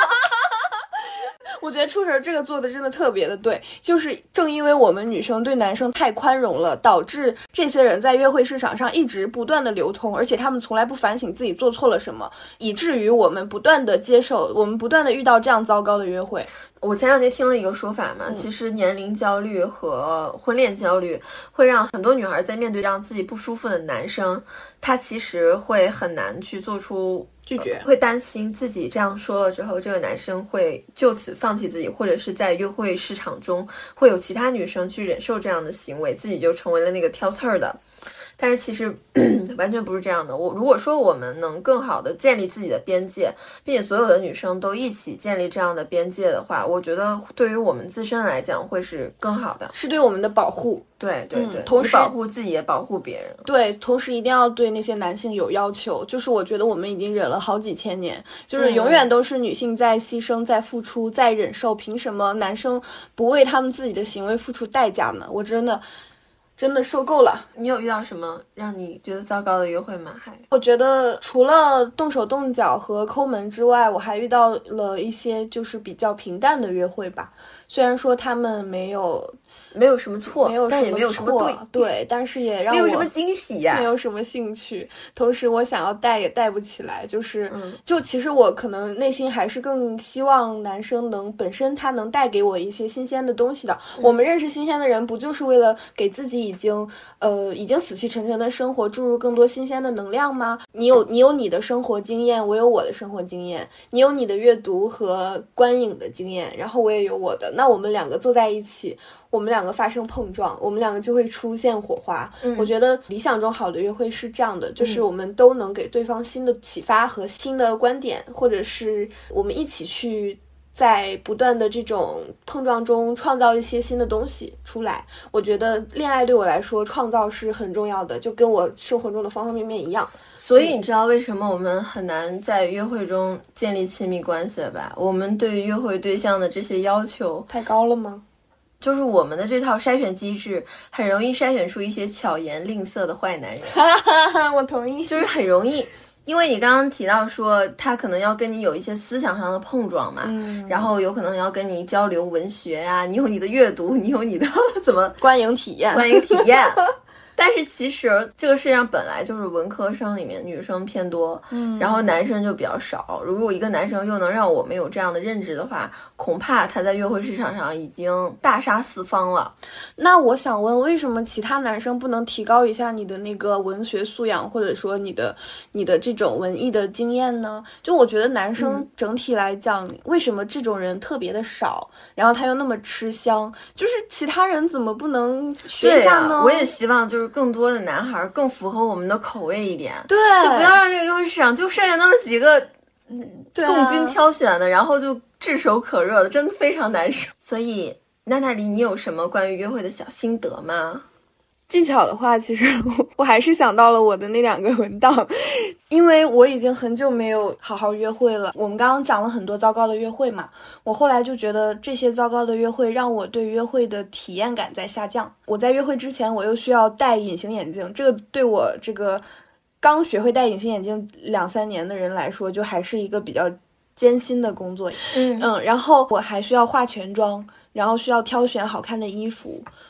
我觉得初神这个做的真的特别的对，就是正因为我们女生对男生太宽容了，导致这些人在约会市场上一直不断的流通，而且他们从来不反省自己做错了什么，以至于我们不断的接受，我们不断的遇到这样糟糕的约会。 我前两天听了一个说法嘛， 嗯、 其实年龄焦虑和婚恋焦虑会让很多女孩在面对让自己不舒服的男生，她其实会很难去做出拒绝、 呃，会担心自己这样说了之后，这个男生会就此放弃自己，或者是在约会市场中会有其他女生去忍受这样的行为，自己就成为了那个挑刺儿的。但是其实完全不是这样的。我如果说我们能更好的建立自己的边界，并且所有的女生都一起建立这样的边界的话，我觉得对于我们自身来讲会是更好的， 是对我们的保护。 对对对、嗯， 同时保护自己也保护别人。 对，同时一定要对那些男性有要求。就是我觉得我们已经忍了好几千年，就是永远都是女性在牺牲、在付出、在忍受，凭什么男生不为他们自己的行为付出代价呢？我真的。真的受够了。 你有遇到什么让你觉得糟糕的约会吗？还我觉得除了动手动脚和抠门之外，我还遇到了一些就是比较平淡的约会吧。虽然说他们没有没有什么错， 没有什么错， 但也没有什么对对，但是也让我没有什么惊喜呀、啊， 没有什么兴趣。同时我想要带也带不起来，就是、 嗯、 就其实我可能内心还是更希望男生能本身他能带给我一些新鲜的东西的、嗯、我们认识新鲜的人不就是为了给自己已经呃已经死气沉沉的生活注入更多新鲜的能量吗？你有你有你的生活经验，我有我的生活经验，你有你的阅读和观影的经验，然后我也有我的，那我们两个坐在一起，我们两个发生碰撞，我们两个就会出现火花、嗯、我觉得理想中好的约会是这样的，就是我们都能给对方新的启发和新的观点，或者是我们一起去在不断的这种碰撞中创造一些新的东西出来。我觉得恋爱对我来说创造是很重要的，就跟我生活中的方方面面一样。 所以你知道为什么我们很难在约会中建立亲密关系了吧？我们对于约会对象的这些要求太高了吗？ 就是我们的这套筛选机制很容易筛选出一些巧言令色的坏男人。 我同意， 就是很容易，因为你刚刚提到说他可能要跟你有一些思想上的碰撞嘛， 嗯， 然后有可能要跟你交流文学啊，你有你的阅读，你有你的怎么观影体验， 观影体验。但是其实这个世界上本来就是文科生里面女生偏多， 嗯， 然后男生就比较少。如果一个男生又能让我们有这样的认知的话，恐怕他在约会市场上已经大杀四方了。 那我想问，为什么其他男生不能提高一下你的那个文学素养，或者说你的你的这种文艺的经验呢？就我觉得男生整体来讲、嗯、为什么这种人特别的少，然后他又那么吃香，就是其他人怎么不能学一下呢？ 啊、我也希望就是更多的男孩更符合我们的口味一点， 对， 就不要让这个约会市场就剩下那么几个共军挑选的、啊、然后就炙手可热的，真的非常难受。所以娜娜莉，你有什么关于约会的小心得吗？ 技巧的话，其实我我还是想到了我的那两个文档，因为我已经很久没有好好约会了。我们刚刚讲了很多糟糕的约会嘛，我后来就觉得这些糟糕的约会让我对约会的体验感在下降。我在约会之前，我又需要戴隐形眼镜，这个对我这个刚学会戴隐形眼镜两三年的人来说，就还是一个比较艰辛的工作。 嗯嗯，然后我还需要化全妆，然后需要挑选好看的衣服。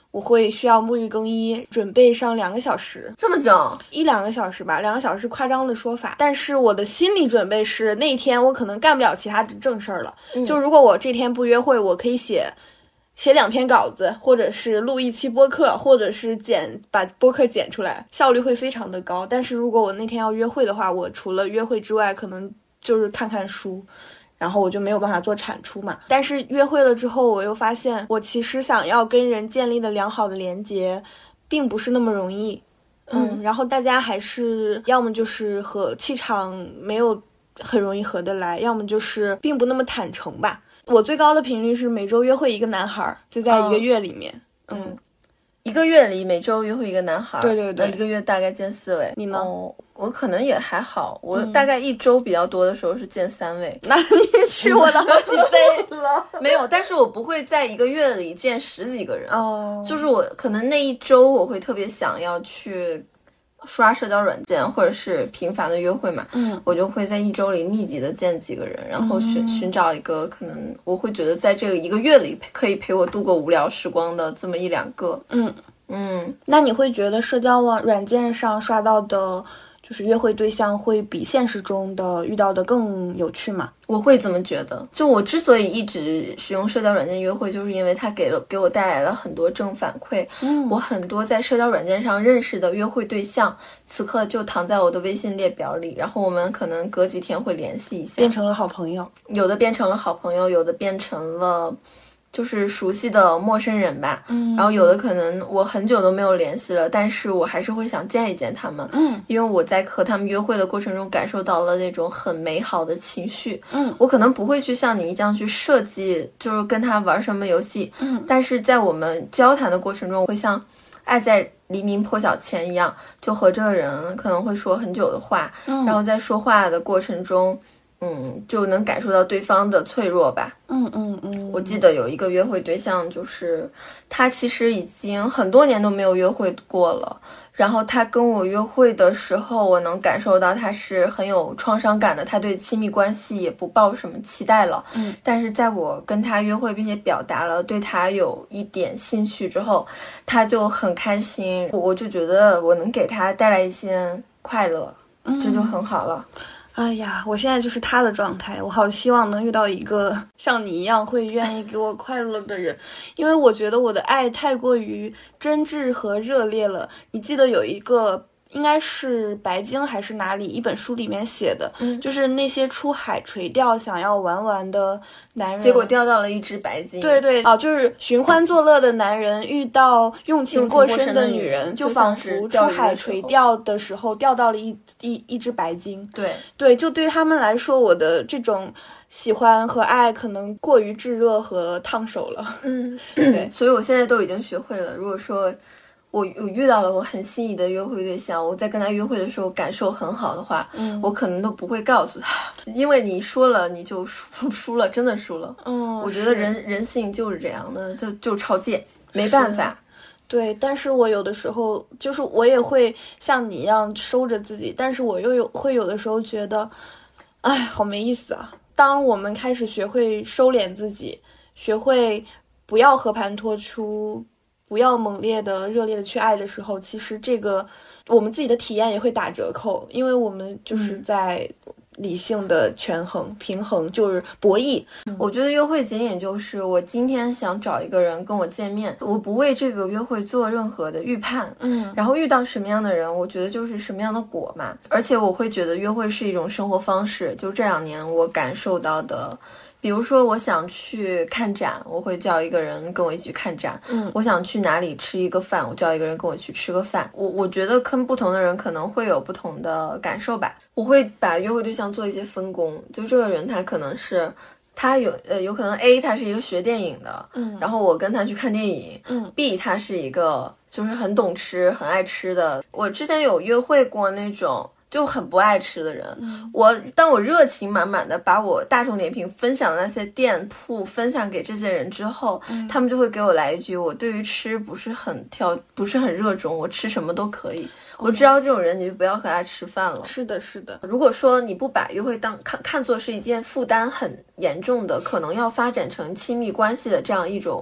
我会需要沐浴更衣，准备上两个小时， 这么久， 一两个小时吧，两个小时夸张的说法。但是我的心理准备是，那天我可能干不了其他正事儿了。嗯、就如果我这天不约会，我可以写写两篇稿子，或者是录一期播客，或者是剪把播客剪出来，效率会非常的高。但是如果我那天要约会的话，我除了约会之外，可能就是看看书。然后我就没有办法做产出嘛。但是约会了之后，我又发现我其实想要跟人建立的良好的连接并不是那么容易。嗯，嗯然后大家还是要么就是和气场没有很容易合得来，要么就是并不那么坦诚吧。我最高的频率是每周约会一个男孩，就在一个月里面。 嗯。嗯一个月里每周约会一个男孩， 对对对， 一个月大概见四位。 你呢？ 哦，我可能也还好，我大概一周比较多的时候是见三位。 嗯、那你是我的好几倍了。 没有，但是我不会在一个月里见十几个人。 哦， 就是我可能那一周我会特别想要去刷社交软件或者是频繁的约会嘛， 嗯， 我就会在一周里密集的见几个人，然后寻、嗯、寻找一个可能我会觉得在这个一个月里可以陪我度过无聊时光的这么一两个。 嗯嗯， 那你会觉得社交网软件上刷到的就是约会对象会比现实中的遇到的更有趣吗？ 我会这么觉得。就我之所以一直使用社交软件约会，就是因为它给了给我带来了很多正反馈。 嗯， 我很多在社交软件上认识的约会对象，此刻就躺在我的微信列表里，然后我们可能隔几天会联系一下， 变成了好朋友。 有的变成了好朋友，有的变成了就是熟悉的陌生人吧， 嗯， 然后有的可能我很久都没有联系了，但是我还是会想见一见他们， 嗯， 因为我在和他们约会的过程中感受到了那种很美好的情绪， 嗯， 我可能不会去像你这样去设计，就是跟他玩什么游戏， 嗯， 但是在我们交谈的过程中，会像爱在黎明破晓前一样，就和这个人可能会说很久的话， 嗯， 然后在说话的过程中。嗯，就能感受到对方的脆弱吧。 嗯嗯嗯， 我记得有一个约会对象，就是他其实已经很多年都没有约会过了。然后他跟我约会的时候，我能感受到他是很有创伤感的，他对亲密关系也不抱什么期待了。 嗯， 但是在我跟他约会并且表达了对他有一点兴趣之后，他就很开心，我就觉得我能给他带来一些快乐， 嗯， 这就很好了。 哎呀，我现在就是他的状态，我好希望能遇到一个像你一样会愿意给我快乐的人，因为我觉得我的爱太过于真挚和热烈了。你记得有一个应该是白鲸还是哪里一本书里面写的， 嗯， 就是那些出海垂钓想要玩玩的男人， 结果钓到了一只白鲸。 对对哦，就是寻欢作乐的男人遇到用情过深的女人，就仿佛出海垂钓的时候钓到了一一一只白鲸。 对对，就对他们来说，我的这种喜欢和爱可能过于炙热和烫手了。 嗯，对，所以我现在都已经学会了，如果说我我遇到了我很心仪的约会对象，我在跟他约会的时候感受很好的话， 嗯， 我可能都不会告诉他，因为你说了你就输输了，真的输了。 嗯， 我觉得人人性就是这样的，就就超贱，没办法。 对，但是我有的时候就是我也会像你一样收着自己，但是我又有会有的时候觉得，哎，好没意思啊。当我们开始学会收敛自己，学会不要和盘托出，不要猛烈的热烈的去爱的时候，其实这个我们自己的体验也会打折扣，因为我们就是在理性的权衡平衡，就是博弈。 我觉得约会仅仅就是我今天想找一个人跟我见面，我不为这个约会做任何的预判， 嗯， 然后遇到什么样的人，我觉得就是什么样的果嘛。而且我会觉得约会是一种生活方式，就这两年我感受到的。比如说我想去看展，我会叫一个人跟我一起去看展。 嗯， 我想去哪里吃一个饭，我叫一个人跟我去吃个饭。我我觉得跟不同的人可能会有不同的感受吧。我会把约会对象做一些分工，就这个人他可能是他有呃有可能 A 他是一个学电影的， 嗯， 然后我跟他去看电影， 嗯 B 他是一个就是很懂吃很爱吃的。我之前有约会过那种就很不爱吃的人， 嗯， 我当我热情满满的把我大众点评分享的那些店铺分享给这些人之后， 嗯， 他们就会给我来一句，我对于吃不是很挑不是很热衷，我吃什么都可以。我知道这种人你就不要和他吃饭了。 是的是的， 如果说你不把约会当看看作是一件负担很严重的可能要发展成亲密关系的这样一种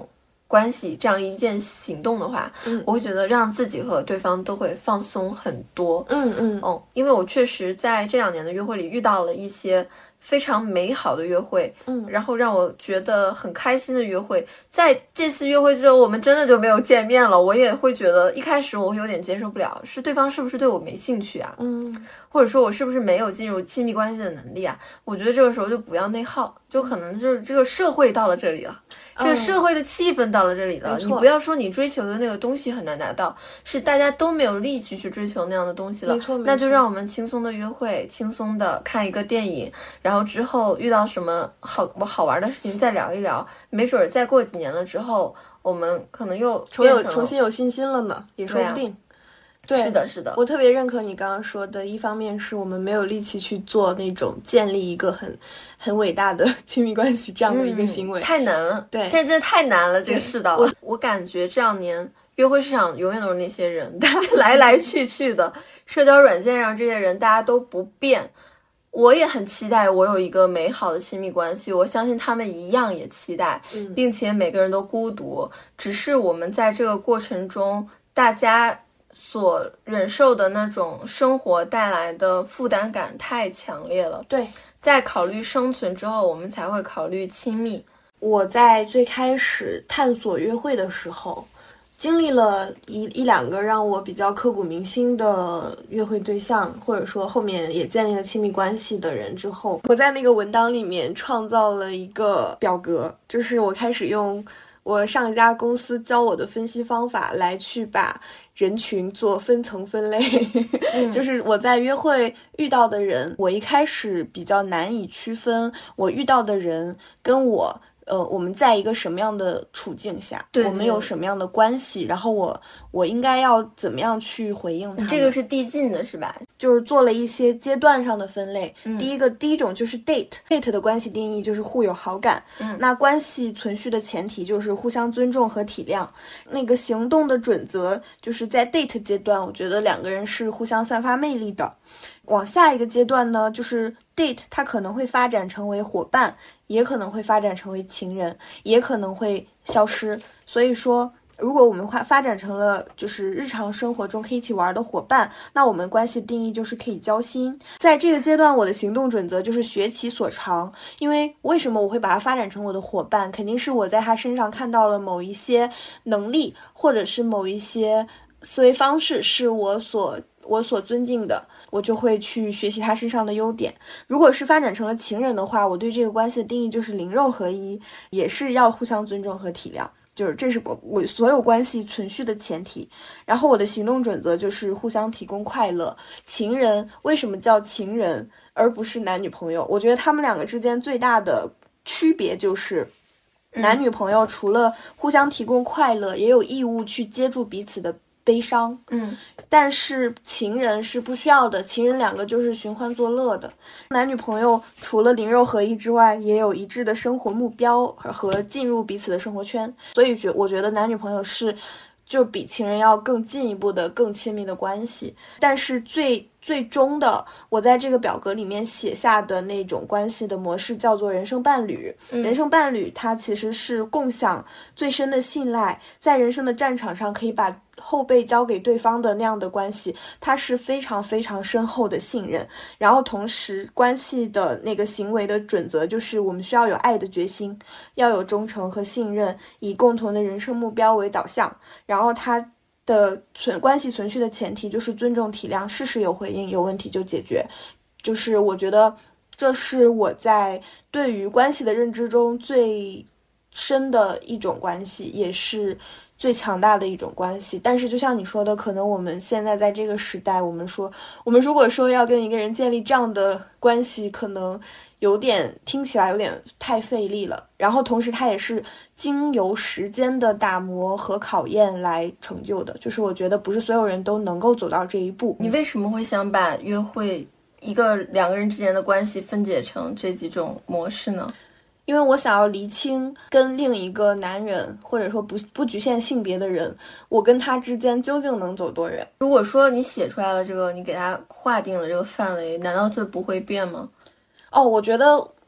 关系这样一件行动的话， 嗯， 我会觉得让自己和对方都会放松很多。 嗯嗯嗯，因为我确实在这两年的约会里遇到了一些非常美好的约会， 嗯， 然后让我觉得很开心的约会。在这次约会之后，我们真的就没有见面了。我也会觉得一开始我会有点接受不了，是对方是不是对我没兴趣啊？ 嗯， 或者说我是不是没有进入亲密关系的能力啊？我觉得这个时候就不要内耗，就可能就是这个社会到了这里了。这个社会的气氛到了这里了， 嗯、 你不要说你追求的那个东西很难达到，是大家都没有力气去追求那样的东西了。 没错， 那就让我们轻松的约会，轻松的看一个电影，然后之后遇到什么好好玩的事情再聊一聊，没准再过几年了之后，我们可能又重有重新有信心了呢，也说不定。对， 是的，是的， 我特别认可你刚刚说的，一方面是我们没有力气去做那种建立一个很很伟大的亲密关系这样的一个行为， 嗯、太难了。 对， 现在真的太难了，这个世道。我我感觉这两年约会市场永远都是那些人，大家来来去去的，社交软件上这些人大家都不变。我也很期待我有一个美好的亲密关系，我相信他们一样也期待， 嗯、 并且每个人都孤独，只是我们在这个过程中，大家所忍受的那种生活带来的负担感太强烈了。 对， 在考虑生存之后，我们才会考虑亲密。 我在最开始探索约会的时候，经历了一一两个让我比较刻骨铭心的约会对象，或者说后面也建立了亲密关系的人之后，我在那个文档里面创造了一个表格，就是我开始用我上一家公司教我的分析方法来去把人群做分层分类、嗯、就是我在约会遇到的人，我一开始比较难以区分我遇到的人跟我呃，我们在一个什么样的处境下， 对对我们有什么样的关系，然后我我应该要怎么样去回应他们。 这个是递进的是吧？ 就是做了一些阶段上的分类。 嗯、 第一个，第一种就是 date date 的关系定义就是互有好感。 嗯， 那关系存续的前提就是互相尊重和体谅。那个行动的准则就是在 date 阶段，我觉得两个人是互相散发魅力的。往下一个阶段呢，就是 date 它可能会发展成为伙伴，也可能会发展成为情人，也可能会消失。所以说如果我们发发展成了就是日常生活中可以一起玩的伙伴，那我们关系定义就是可以交心。在这个阶段，我的行动准则就是学其所长。因为为什么我会把它发展成我的伙伴，肯定是我在他身上看到了某一些能力，或者是某一些思维方式是我所我所尊敬的，我就会去学习他身上的优点。如果是发展成了情人的话，我对这个关系的定义就是灵肉合一，也是要互相尊重和体谅，就是这是我我所有关系存续的前提。然后我的行动准则就是互相提供快乐。情人为什么叫情人而不是男女朋友？我觉得他们两个之间最大的区别就是男女朋友除了互相提供快乐，也有义务去接住彼此的悲伤。 嗯， 但是情人是不需要的，情人两个就是寻欢作乐的。男女朋友除了灵肉合一之外，也有一致的生活目标和进入彼此的生活圈。所以觉我觉得男女朋友是就比情人要更进一步的更亲密的关系。但是最最终的我在这个表格里面写下的那种关系的模式叫做人生伴侣、嗯、人生伴侣它其实是共享最深的信赖，在人生的战场上可以把后背交给对方的那样的关系，它是非常非常深厚的信任。然后同时关系的那个行为的准则就是我们需要有爱的决心，要有忠诚和信任，以共同的人生目标为导向。然后它的存关系存续的前提就是尊重体谅，事事有回应，有问题就解决。就是我觉得这是我在对于关系的认知中最深的一种关系，也是最强大的一种关系。但是就像你说的，可能我们现在在这个时代，我们说我们如果说要跟一个人建立这样的关系，可能有点听起来有点太费力了。然后同时它也是经由时间的打磨和考验来成就的，就是我觉得不是所有人都能够走到这一步。 你为什么会想把约会一个两个人之间的关系分解成这几种模式呢？ 因为我想要厘清跟另一个男人，或者说不不局限性别的人，我跟他之间究竟能走多远。 如果说你写出来了这个，你给他划定了这个范围，难道这不会变吗？ 哦，我觉得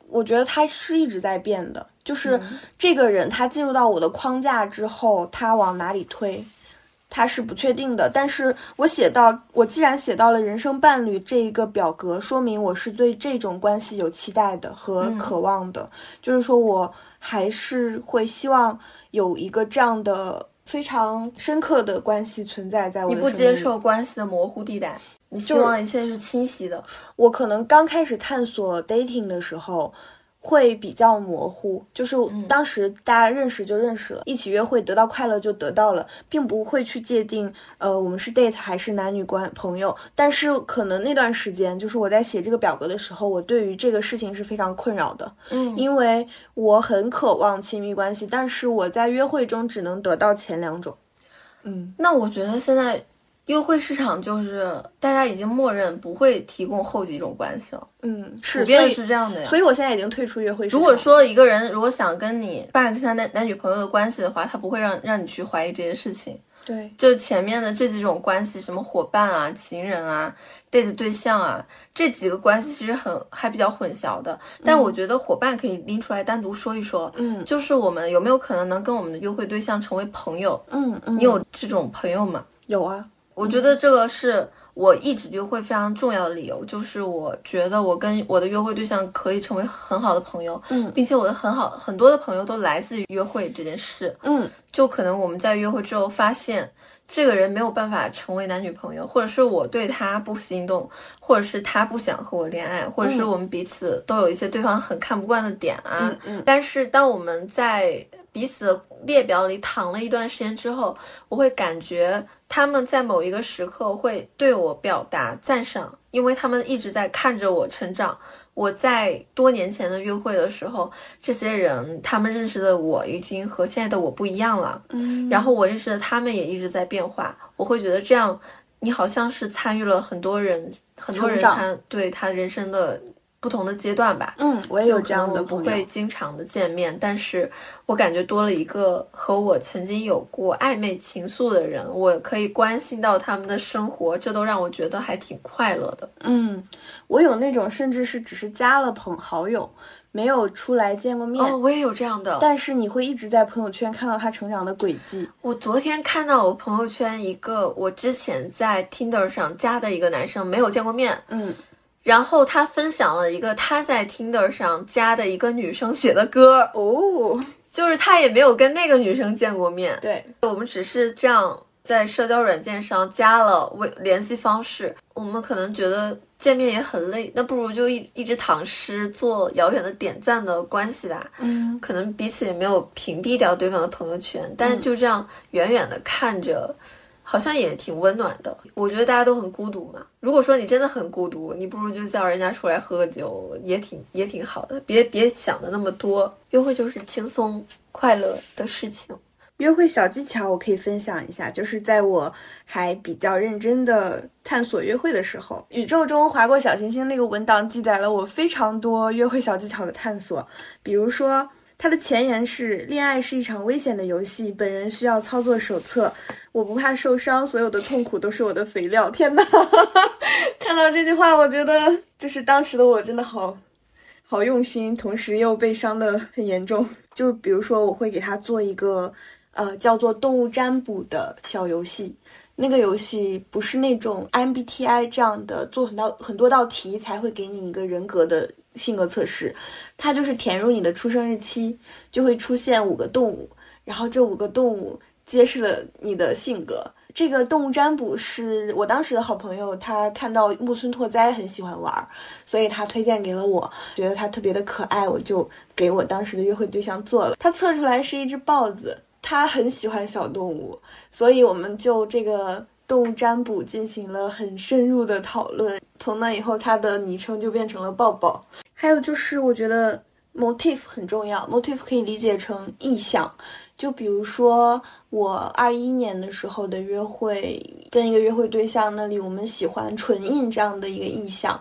我觉得他是一直在变的，就是这个人他进入到我的框架之后，他往哪里推他是不确定的。但是我写到我既然写到了人生伴侣这一个表格，说明我是对这种关系有期待的和渴望的、嗯、就是说我还是会希望有一个这样的非常深刻的关系存在在我的生命里。 你不接受关系的模糊地带，你希望一切是清晰的。 我可能刚开始探索 dating 的时候会比较模糊，就是当时大家认识就认识了、嗯、一起约会得到快乐就得到了，并不会去界定呃我们是 date 还是男女关朋友。但是可能那段时间就是我在写这个表格的时候，我对于这个事情是非常困扰的。 嗯， 因为我很渴望亲密关系，但是我在约会中只能得到前两种。嗯， 那我觉得现在约会市场就是大家已经默认不会提供后几种关系了。 嗯，是普遍是这样的呀。 所以我现在已经退出约会市场。 如果说一个人如果想跟你发展跟他男男女朋友的关系的话，他不会让让你去怀疑这些事情。 对， 就前面的这几种关系，什么伙伴啊、情人啊、date 对象啊，这几个关系其实很还比较混淆的。但我觉得伙伴可以拎出来单独说一说。 嗯， 就是我们有没有可能能跟我们的约会对象成为朋友？ 嗯嗯， 你有这种朋友吗？ 有啊。 我觉得这个是我一直约会非常重要的理由，就是我觉得我跟我的约会对象可以成为很好的朋友， 嗯， 并且我的很好很多的朋友都来自于约会这件事， 嗯， 就可能我们在约会之后发现这个人没有办法成为男女朋友，或者是我对他不心动，或者是他不想和我恋爱，或者是我们彼此都有一些对方很看不惯的点啊， 嗯嗯， 但是当我们在彼此的列表里躺了一段时间之后，我会感觉他们在某一个时刻会对我表达赞赏，因为他们一直在看着我成长。我在多年前的约会的时候，这些人他们认识的我已经和现在的我不一样了， 嗯， 然后我认识的他们也一直在变化。我会觉得这样你好像是参与了很多人很多人他对他人生的不同的阶段吧。 嗯，我也有这样的朋友，不会经常的见面，但是我感觉多了一个和我曾经有过暧昧情愫的人，我可以关心到他们的生活，这都让我觉得还挺快乐的。 嗯，我有那种甚至是只是加了朋好友，没有出来见过面。 哦，我也有这样的， 但是你会一直在朋友圈看到他成长的轨迹。 我昨天看到我朋友圈一个我之前在 Tinder 上加的一个男生，没有见过面， 嗯。 然后他分享了一个他在 Tinder 上加的一个女生写的歌哦， 就是他也没有跟那个女生见过面， 对， 我们只是这样在社交软件上加了微联系方式。我们可能觉得见面也很累，那不如就一一直躺尸做遥远的点赞的关系吧。 嗯， 可能彼此也没有屏蔽掉对方的朋友圈，但是就这样远远的看着，好像也挺温暖的。我觉得大家都很孤独嘛，如果说你真的很孤独，你不如就叫人家出来喝个酒，也挺也挺好的。别别想的那么多，约会就是轻松快乐的事情。 约会小技巧我可以分享一下，就是在我还比较认真的探索约会的时候，宇宙中划过小行星那个文档记载了我非常多约会小技巧的探索。比如说它的前言是恋爱是一场危险的游戏，本人需要操作手册，我不怕受伤，所有的痛苦都是我的肥料。天哪看到这句话我觉得就是当时的我真的好好用心，同时又被伤得很严重。就比如说我会给他做一个呃，叫做动物占卜的小游戏，那个游戏不是那种 M B T I 这样的做很多很多道题才会给你一个人格的性格测试，它就是填入你的出生日期，就会出现五个动物，然后这五个动物揭示了你的性格。这个动物占卜是我当时的好朋友，他看到木村拓哉很喜欢玩，所以他推荐给了我，觉得他特别的可爱，我就给我当时的约会对象做了。他测出来是一只豹子，他很喜欢小动物，所以我们就这个动物占卜进行了很深入的讨论。从那以后他的昵称就变成了抱抱。还有就是我觉得 motif 很重要， motif 可以理解成意向，就比如说我二一年的时候的约会，跟一个约会对象那里我们喜欢唇印这样的一个意向，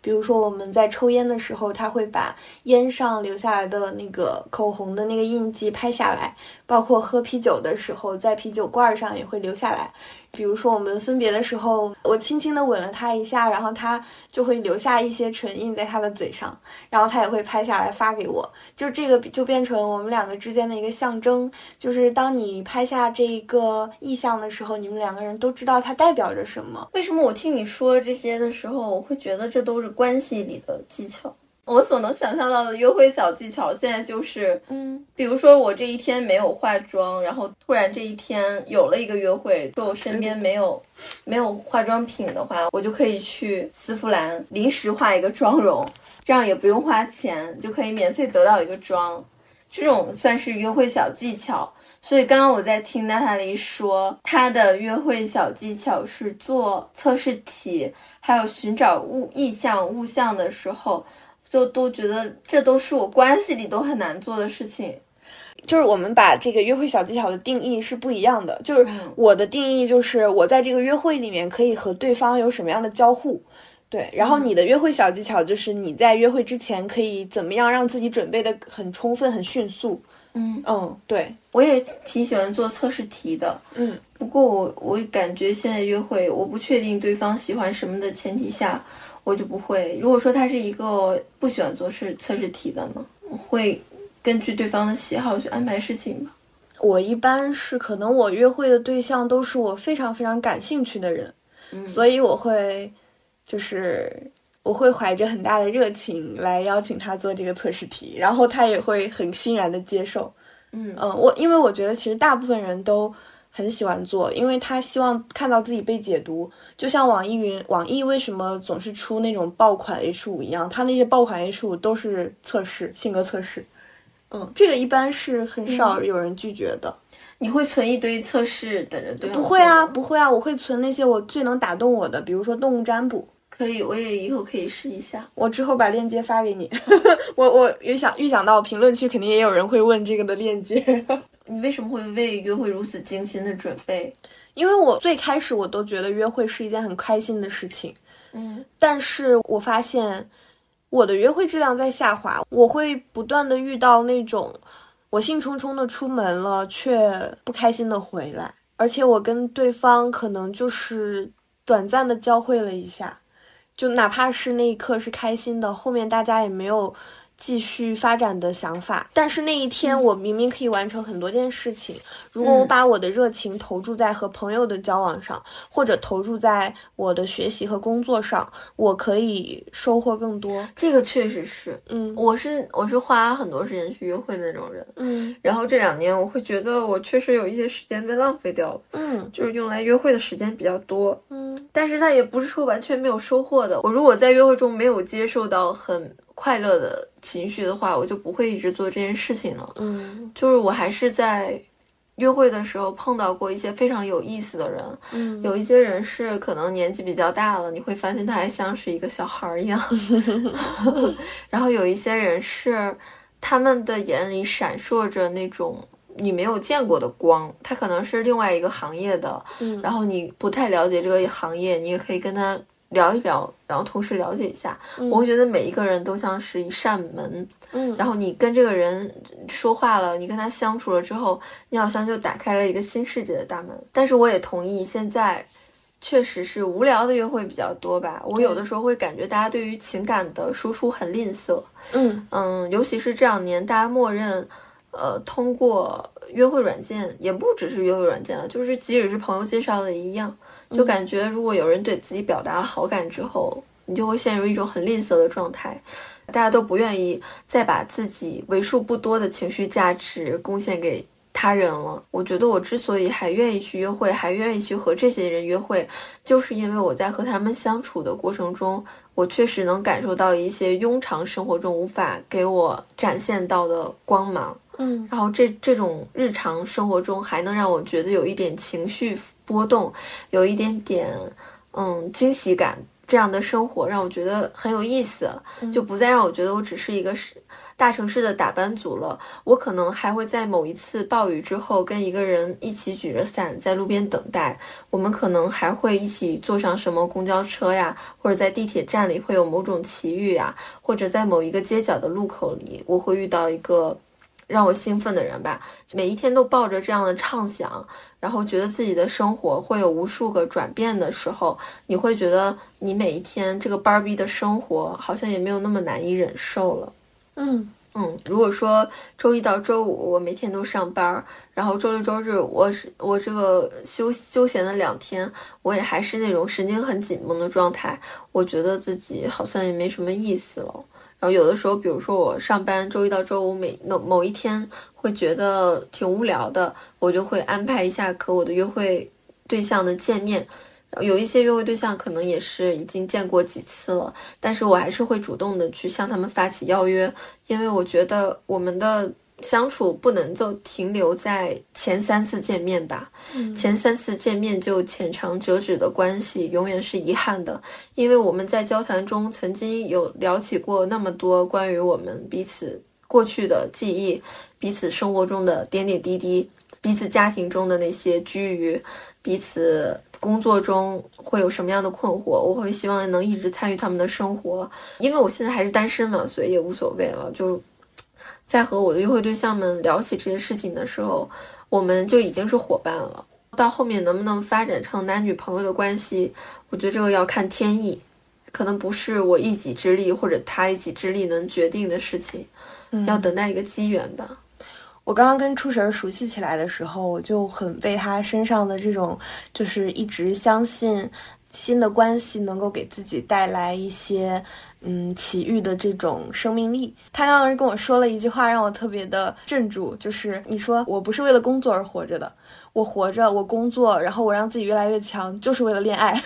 比如说我们在抽烟的时候，他会把烟上留下来的那个口红的那个印记拍下来，包括喝啤酒的时候，在啤酒罐上也会留下来。比如说我们分别的时候，我轻轻地吻了他一下，然后他就会留下一些唇印在他的嘴上，然后他也会拍下来发给我，就这个就变成我们两个之间的一个象征，就是当你拍下这一个意象的时候，你们两个人都知道它代表着什么。 为什么我听你说这些的时候，我会觉得这都是关系里的技巧？我所能想象到的约会小技巧现在就是， 嗯， 比如说我这一天没有化妆，然后突然这一天有了一个约会，说我身边没有没有化妆品的话，我就可以去丝芙兰临时化一个妆容，这样也不用花钱，就可以免费得到一个妆，这种算是约会小技巧。所以刚刚我在听娜塔莉说她的约会小技巧是做测试题，还有寻找物意象物象的时候，就都觉得这都是我关系里都很难做的事情。 就是我们把这个约会小技巧的定义是不一样的，就是我的定义就是我在这个约会里面可以和对方有什么样的交互，对，然后你的约会小技巧就是你在约会之前可以怎么样让自己准备的很充分很迅速。 嗯嗯，对， 我也挺喜欢做测试题的。 嗯， 不过我我感觉现在约会，我不确定对方喜欢什么的前提下，我就不会。如果说他是一个不喜欢做试测试题的嘛，我会根据对方的喜好去安排事情吧。 我一般是可能我约会的对象都是我非常非常感兴趣的人， 嗯， 所以我会就是我会怀着很大的热情来邀请他做这个测试题，然后他也会很欣然的接受。 嗯嗯，我因为我觉得其实大部分人都很喜欢做，因为他希望看到自己被解读，就像网易云网易为什么总是出那种爆款 H 五一样，他那些爆款 H 五都是测试性格测试。嗯，这个一般是很少有人拒绝的。 嗯，你会存一堆测试等着对方？ 不会啊，不会啊，我会存那些我最能打动我的，比如说动物占卜。 可以，我也以后可以试一下。 我之后把链接发给你。我我预想预想到评论区肯定也有人会问这个的链接。 你为什么会为约会如此精心的准备？ 因为我最开始我都觉得约会是一件很开心的事情， 嗯， 但是我发现我的约会质量在下滑，我会不断的遇到那种我兴冲冲的出门了却不开心的回来，而且我跟对方可能就是短暂的交汇了一下，就哪怕是那一刻是开心的，后面大家也没有继续发展的想法，但是那一天我明明可以完成很多件事情，如果我把我的热情投注在和朋友的交往上，或者投注在我的学习和工作上，我可以收获更多。 这个确实是， 嗯， 我是我是花很多时间去约会的那种人， 嗯， 然后这两年我会觉得我确实有一些时间被浪费掉了， 嗯， 就是用来约会的时间比较多， 嗯， 但是它也不是说完全没有收获的。我如果在约会中没有接受到很快乐的情绪的话，我就不会一直做这件事情了。 嗯， 就是我还是在约会的时候碰到过一些非常有意思的人， 嗯， 有一些人是可能年纪比较大了，你会发现他还像是一个小孩一样，然后有一些人是他们的眼里闪烁着那种你没有见过的光，他可能是另外一个行业的， 嗯， 然后你不太了解这个行业，你也可以跟他聊一聊，然后同时了解一下。 嗯， 我会觉得每一个人都像是一扇门， 嗯， 然后你跟这个人说话了，你跟他相处了之后，你好像就打开了一个新世界的大门。但是我也同意，现在确实是无聊的约会比较多吧。我有的时候会感觉大家对于情感的输出很吝啬， 嗯嗯，尤其是这两年，大家默认呃，通过约会软件，也不只是约会软件了，就是即使是朋友介绍的一样，就感觉如果有人对自己表达了好感之后，你就会陷入一种很吝啬的状态，大家都不愿意再把自己为数不多的情绪价值贡献给他人了。我觉得我之所以还愿意去约会，还愿意去和这些人约会，就是因为我在和他们相处的过程中，我确实能感受到一些庸常生活中无法给我展现到的光芒。 嗯， 然后这这种日常生活中还能让我觉得有一点情绪波动，有一点点嗯惊喜感， 这样的生活让我觉得很有意思，就不再让我觉得我只是一个大城市的打班族了。我可能还会在某一次暴雨之后跟一个人一起举着伞在路边等待，我们可能还会一起坐上什么公交车呀，或者在地铁站里会有某种奇遇呀，或者在某一个街角的路口里我会遇到一个让我兴奋的人吧。每一天都抱着这样的畅想，然后觉得自己的生活会有无数个转变的时候，你会觉得你每一天这个班儿逼的生活好像也没有那么难以忍受了。 嗯嗯，如果说周一到周五我每天都上班，然后周六周日我我这个休休闲的两天我也还是那种神经很紧绷的状态，我觉得自己好像也没什么意思了。然后有的时候比如说我上班周一到周五每某一天会觉得挺无聊的，我就会安排一下和我的约会对象的见面。有一些约会对象可能也是已经见过几次了，但是我还是会主动的去向他们发起邀约，因为我觉得我们的相处不能就停留在前三次见面吧、嗯、前三次见面就浅尝辄止的关系永远是遗憾的，因为我们在交谈中曾经有聊起过那么多关于我们彼此过去的记忆，彼此生活中的点点滴滴，彼此家庭中的那些居于，彼此工作中会有什么样的困惑，我会希望能一直参与他们的生活。因为我现在还是单身嘛，所以也无所谓了，就在和我的约会对象们聊起这些事情的时候，我们就已经是伙伴了。到后面能不能发展成男女朋友的关系，我觉得这个要看天意，可能不是我一己之力或者他一己之力能决定的事情、嗯、要等待一个机缘吧。 我刚刚跟初神熟悉起来的时候，我就很被他身上的这种就是一直相信新的关系能够给自己带来一些嗯奇遇的这种生命力。他刚刚跟我说了一句话让我特别的镇住，就是你说我不是为了工作而活着的，我活着我工作然后我让自己越来越强就是为了恋爱。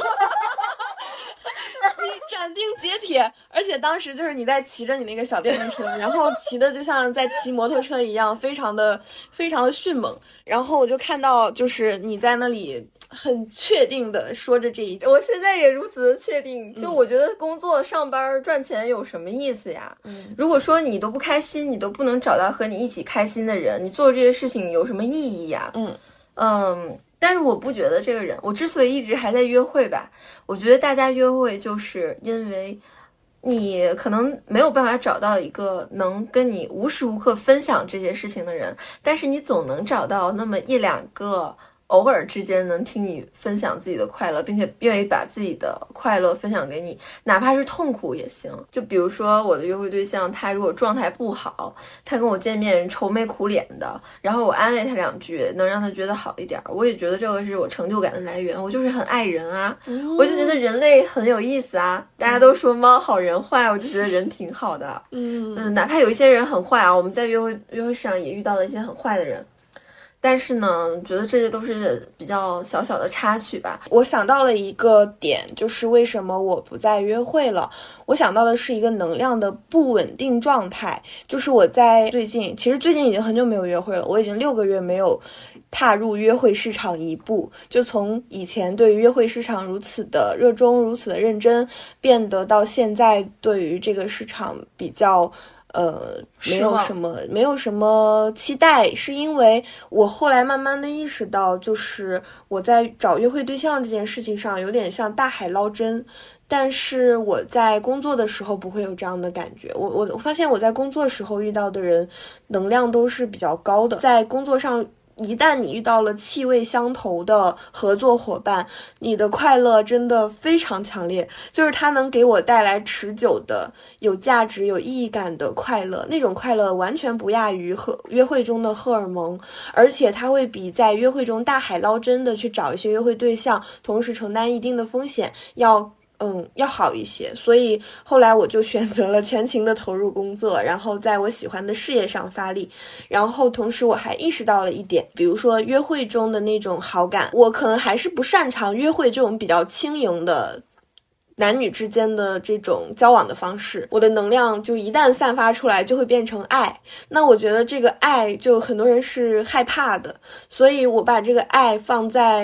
斩钉截铁，而且当时就是你在骑着你那个小电动车，然后骑的就像在骑摩托车一样，非常的非常的迅猛。然后我就看到就是你在那里很确定的说着这一， 我现在也如此的确定。就我觉得工作上班赚钱有什么意思呀？嗯，如果说你都不开心，你都不能找到和你一起开心的人，你做这些事情有什么意义呀？嗯嗯。但是我不觉得这个人，我之所以一直还在约会吧，我觉得大家约会就是因为你可能没有办法找到一个能跟你无时无刻分享这些事情的人，但是你总能找到那么一两个偶尔之间能听你分享自己的快乐，并且愿意把自己的快乐分享给你，哪怕是痛苦也行。就比如说我的约会对象，他如果状态不好，他跟我见面愁眉苦脸的，然后我安慰他两句，能让他觉得好一点，我也觉得这个是我成就感的来源。我就是很爱人啊、嗯、我就觉得人类很有意思啊，大家都说猫好人坏，我就觉得人挺好的。嗯嗯，哪怕有一些人很坏啊，我们在约会约会上也遇到了一些很坏的人，但是呢觉得这些都是比较小小的插曲吧。 我想到了一个点，就是为什么我不再约会了。我想到的是一个能量的不稳定状态，就是我在最近，其实最近已经很久没有约会了，我已经六个月没有踏入约会市场一步，就从以前对于约会市场如此的热衷，如此的认真，变得到现在对于这个市场比较呃，没有什么没有什么期待，是因为我后来慢慢的意识到，就是我在找约会对象这件事情上有点像大海捞针，但是我在工作的时候不会有这样的感觉。我我我发现我在工作时候遇到的人能量都是比较高的，在工作上一旦你遇到了气味相投的合作伙伴，你的快乐真的非常强烈，就是它能给我带来持久的有价值有意义感的快乐，那种快乐完全不亚于和约会中的荷尔蒙，而且它会比在约会中大海捞针的去找一些约会对象，同时承担一定的风险要嗯，要好一些。所以后来我就选择了全情的投入工作，然后在我喜欢的事业上发力。然后同时我还意识到了一点，比如说约会中的那种好感，我可能还是不擅长约会这种比较轻盈的男女之间的这种交往的方式，我的能量就一旦散发出来就会变成爱，那我觉得这个爱就很多人是害怕的，所以我把这个爱放在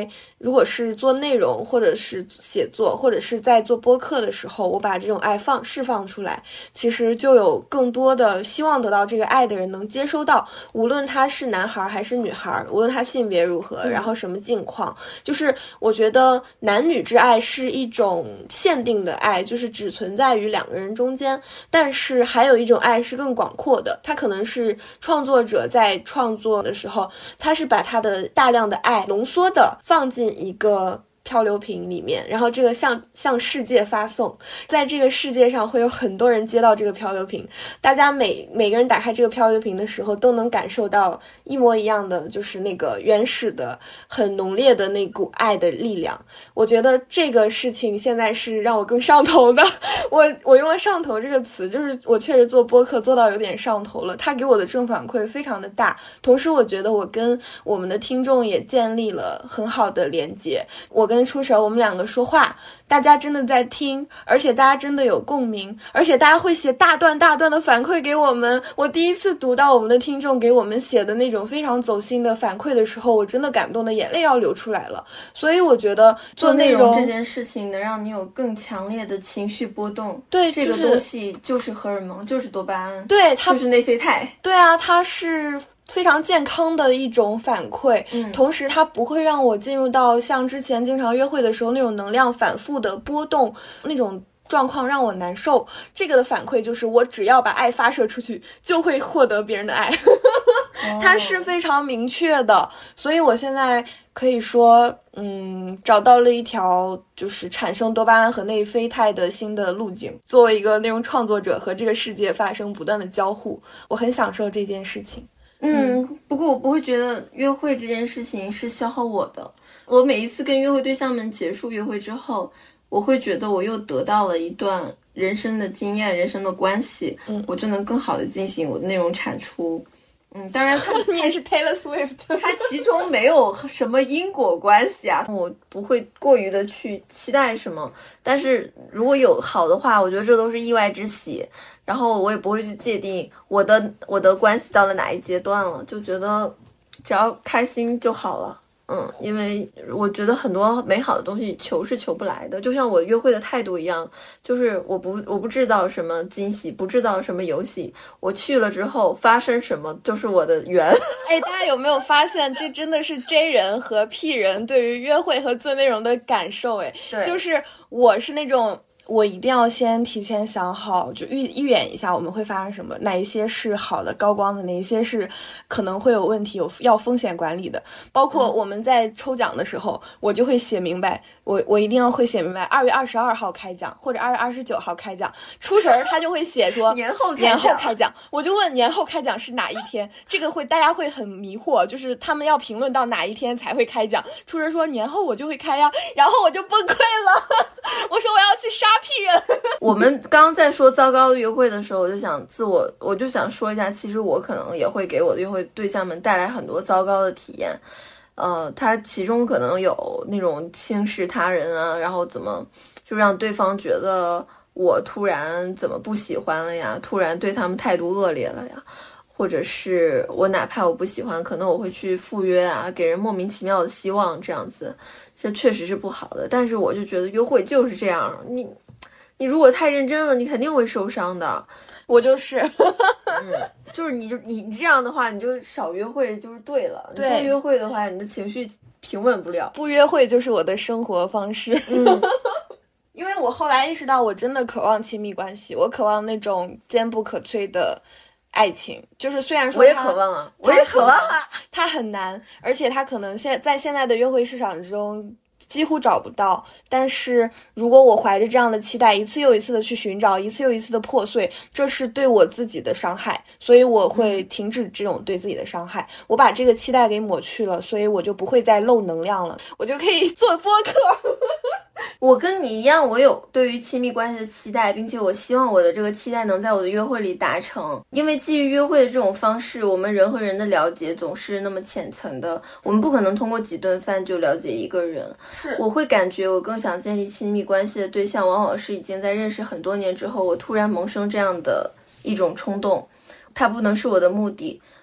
如果是做内容或者是写作或者是在做播客的时候，我把这种爱放释放出来，其实就有更多的希望得到这个爱的人能接收到，无论他是男孩还是女孩，无论他性别如何、嗯、然后什么境况，就是我觉得男女之爱是一种限定的爱，就是只存在于两个人中间，但是还有一种爱是更广阔的，它可能是创作者在创作的时候，他是把他的大量的爱浓缩的放进一个漂流瓶里面，然后这个向向世界发送，在这个世界上会有很多人接到这个漂流瓶，大家每每个人打开这个漂流瓶的时候都能感受到一模一样的，就是那个原始的很浓烈的那股爱的力量。我觉得这个事情现在是让我更上头的，我我用了上头这个词，就是我确实做播客做到有点上头了，他给我的正反馈非常的大，同时我觉得我跟我们的听众也建立了很好的连接，我跟出手我们两个说话，大家真的在听，而且大家真的有共鸣，而且大家会写大段大段的反馈给我们。我第一次读到我们的听众给我们写的那种非常走心的反馈的时候，我真的感动的眼泪要流出来了。所以我觉得做内容这件事情能让你有更强烈的情绪波动， 对、 就是、这个东西就是荷尔蒙，就是多巴胺， 对，它就是内啡肽， 对啊，它是非常健康的一种反馈、嗯、同时它不会让我进入到像之前经常约会的时候那种能量反复的波动，那种状况让我难受。这个的反馈就是我只要把爱发射出去就会获得别人的爱它是非常明确的，所以我现在可以说嗯，找到了一条就是产生多巴胺和内啡肽的新的路径，作为一个内容创作者和这个世界发生不断的交互，我很享受这件事情。 嗯，不过我不会觉得约会这件事情是消耗我的。我每一次跟约会对象们结束约会之后，我会觉得我又得到了一段人生的经验、人生的关系，嗯，我就能更好的进行我的内容产出。嗯，当然他你也是 Taylor Swift， 他其中没有什么因果关系啊，我不会过于的去期待什么，但是如果有好的话，我觉得这都是意外之喜，然后我也不会去界定我的我的关系到了哪一阶段了，就觉得只要开心就好了。嗯，因为我觉得很多美好的东西求是求不来的，就像我约会的态度一样，就是我不我不制造什么惊喜，不制造什么游戏，我去了之后发生什么就是我的缘。 哎，大家有没有发现这真的是 J 人和 P 人对于约会和做内容的感受？哎，就是我是那种我一定要先提前想好，就预预演一下我们会发生什么，哪一些是好的高光的，哪一些是可能会有问题有要风险管理的，包括我们在抽奖的时候、嗯、我就会写明白，我我一定要会写明白二月二十二号开奖或者二月二十九号开奖，出神他就会写说年后年后开奖，我就问年后开奖是哪一天，这个会大家会很迷惑，就是他们要评论到哪一天才会开奖，出神说年后我就会开呀，然后我就崩溃了我说我要去杀屁人我们刚刚在说糟糕的约会的时候，我就想自我我就想说一下，其实我可能也会给我的约会对象们带来很多糟糕的体验，呃，他其中可能有那种轻视他人啊，然后怎么就让对方觉得我突然怎么不喜欢了呀，突然对他们态度恶劣了呀，或者是我哪怕我不喜欢，可能我会去赴约啊，给人莫名其妙的希望，这样子这确实是不好的。但是我就觉得约会就是这样，你你如果太认真了，你肯定会受伤的。 我就是嗯，就是你你你这样的话，你就少约会就是对了。 对， 多约会的话，你的情绪平稳不了。 不约会就是我的生活方式。嗯，因为我后来意识到，我真的渴望亲密关系，我渴望那种坚不可摧的爱情。就是虽然说我也渴望啊，我也渴望啊， 它很难，而且它可能现在现在的约会市场中几乎找不到，但是如果我怀着这样的期待一次又一次的去寻找，一次又一次的破碎，这是对我自己的伤害，所以我会停止这种对自己的伤害，我把这个期待给抹去了，所以我就不会再漏能量了，我就可以做播客我跟你一样，我有对于亲密关系的期待，并且我希望我的这个期待能在我的约会里达成。因为基于约会的这种方式，我们人和人的了解总是那么浅层的，我们不可能通过几顿饭就了解一个人。 是， 我会感觉我更想建立亲密关系的对象，往往是已经在认识很多年之后，我突然萌生这样的一种冲动。它不能是我的目的，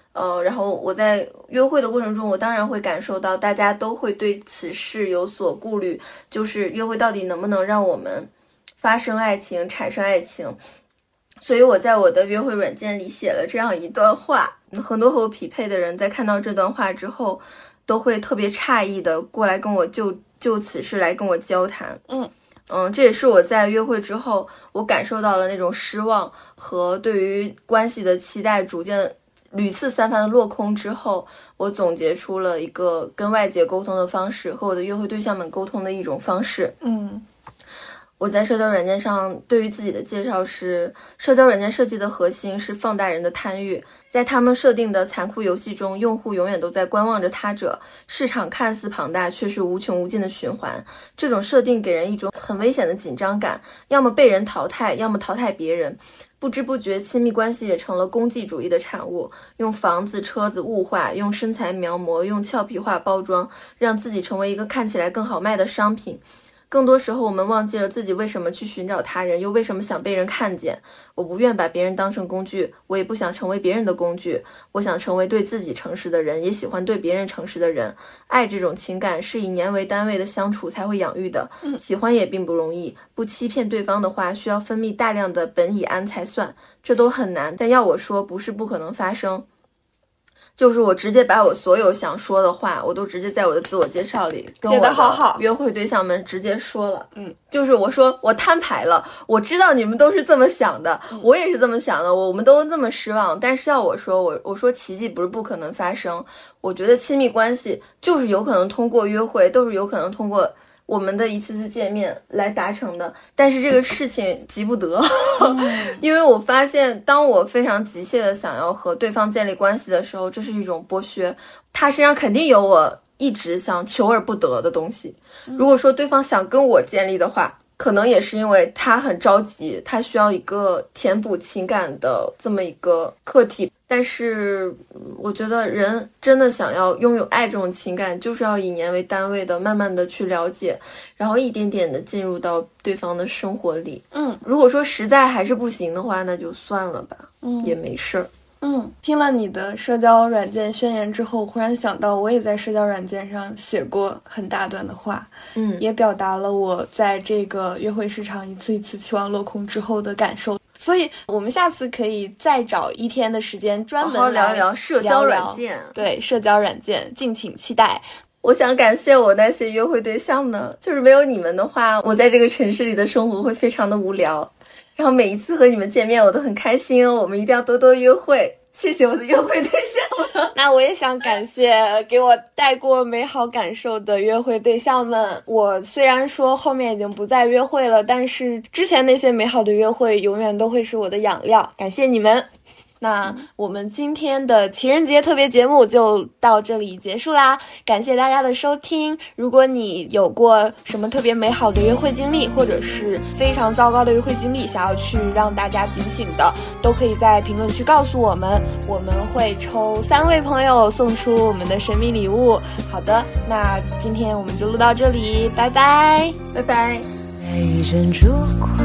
呃，然后我在约会的过程中，我当然会感受到大家都会对此事有所顾虑，就是约会到底能不能让我们发生爱情、产生爱情。所以我在我的约会软件里写了这样一段话，很多和我匹配的人在看到这段话之后，都会特别诧异的过来跟我就就此事来跟我交谈。 嗯嗯，这也是我在约会之后，我感受到了那种失望和对于关系的期待逐渐屡次三番的落空之后，我总结出了一个跟外界沟通的方式，和我的约会对象们沟通的一种方式。 嗯， 我在社交软件上对于自己的介绍是，社交软件设计的核心是放大人的贪欲，在他们设定的残酷游戏中，用户永远都在观望着他者，市场看似庞大，却是无穷无尽的循环。这种设定给人一种很危险的紧张感，要么被人淘汰，要么淘汰别人。不知不觉，亲密关系也成了功绩主义的产物，用房子、车子物化，用身材描摹，用俏皮话包装，让自己成为一个看起来更好卖的商品。更多时候，我们忘记了自己为什么去寻找他人，又为什么想被人看见。我不愿把别人当成工具，我也不想成为别人的工具。我想成为对自己诚实的人，也喜欢对别人诚实的人。爱这种情感是以年为单位的相处才会养育的，喜欢也并不容易。不欺骗对方的话，需要分泌大量的苯乙胺才算，这都很难。但要我说，不是不可能发生。就是我直接把我所有想说的话，我都直接在我的自我介绍里跟我的约会对象们直接说了。 嗯， 就是我说我摊牌了，我知道你们都是这么想的， 嗯、 我也是这么想的，我们都这么失望。但是要我说，我我说奇迹不是不可能发生。我觉得亲密关系就是有可能通过约会，都是有可能通过我们的一次次见面来达成的，但是这个事情急不得。因为我发现当我非常急切的想要和对方建立关系的时候，这是一种剥削，他身上肯定有我一直想求而不得的东西。如果说对方想跟我建立的话，可能也是因为他很着急，他需要一个填补情感的这么一个课题。但是我觉得人真的想要拥有爱这种情感，就是要以年为单位的慢慢的去了解，然后一点点的进入到对方的生活里。 嗯， 如果说实在还是不行的话，那就算了吧。 嗯， 也没事儿。 嗯，听了你的社交软件宣言之后，忽然想到我也在社交软件上写过很大段的话， 嗯， 也表达了我在这个约会市场一次一次期望落空之后的感受。所以我们下次可以再找一天的时间专门好好聊一聊社交软件。 对，社交软件，敬请期待。 我想感谢我那些约会对象们，就是没有你们的话，我在这个城市里的生活会非常的无聊。然后每一次和你们见面我都很开心哦，我们一定要多多约会。谢谢我的约会对象们。 那我也想感谢给我带过美好感受的约会对象们。我虽然说后面已经不再约会了，但是之前那些美好的约会永远都会是我的养料，感谢你们。那我们今天的情人节特别节目就到这里结束啦，感谢大家的收听。如果你有过什么特别美好的约会经历，或者是非常糟糕的约会经历，想要去让大家警醒的，都可以在评论区告诉我们，我们会抽三位朋友送出我们的神秘礼物。好的，那今天我们就录到这里，拜拜， 拜拜。 一阵烛光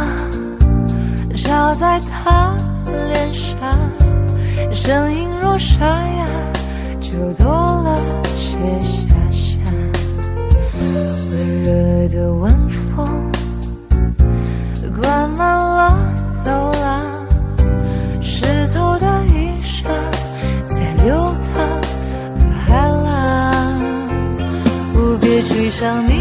照在他脸上，声音如沙哑，就多了些遐想。温热的晚风灌满了走廊，湿透的衣裳在流淌的海浪。不必去想你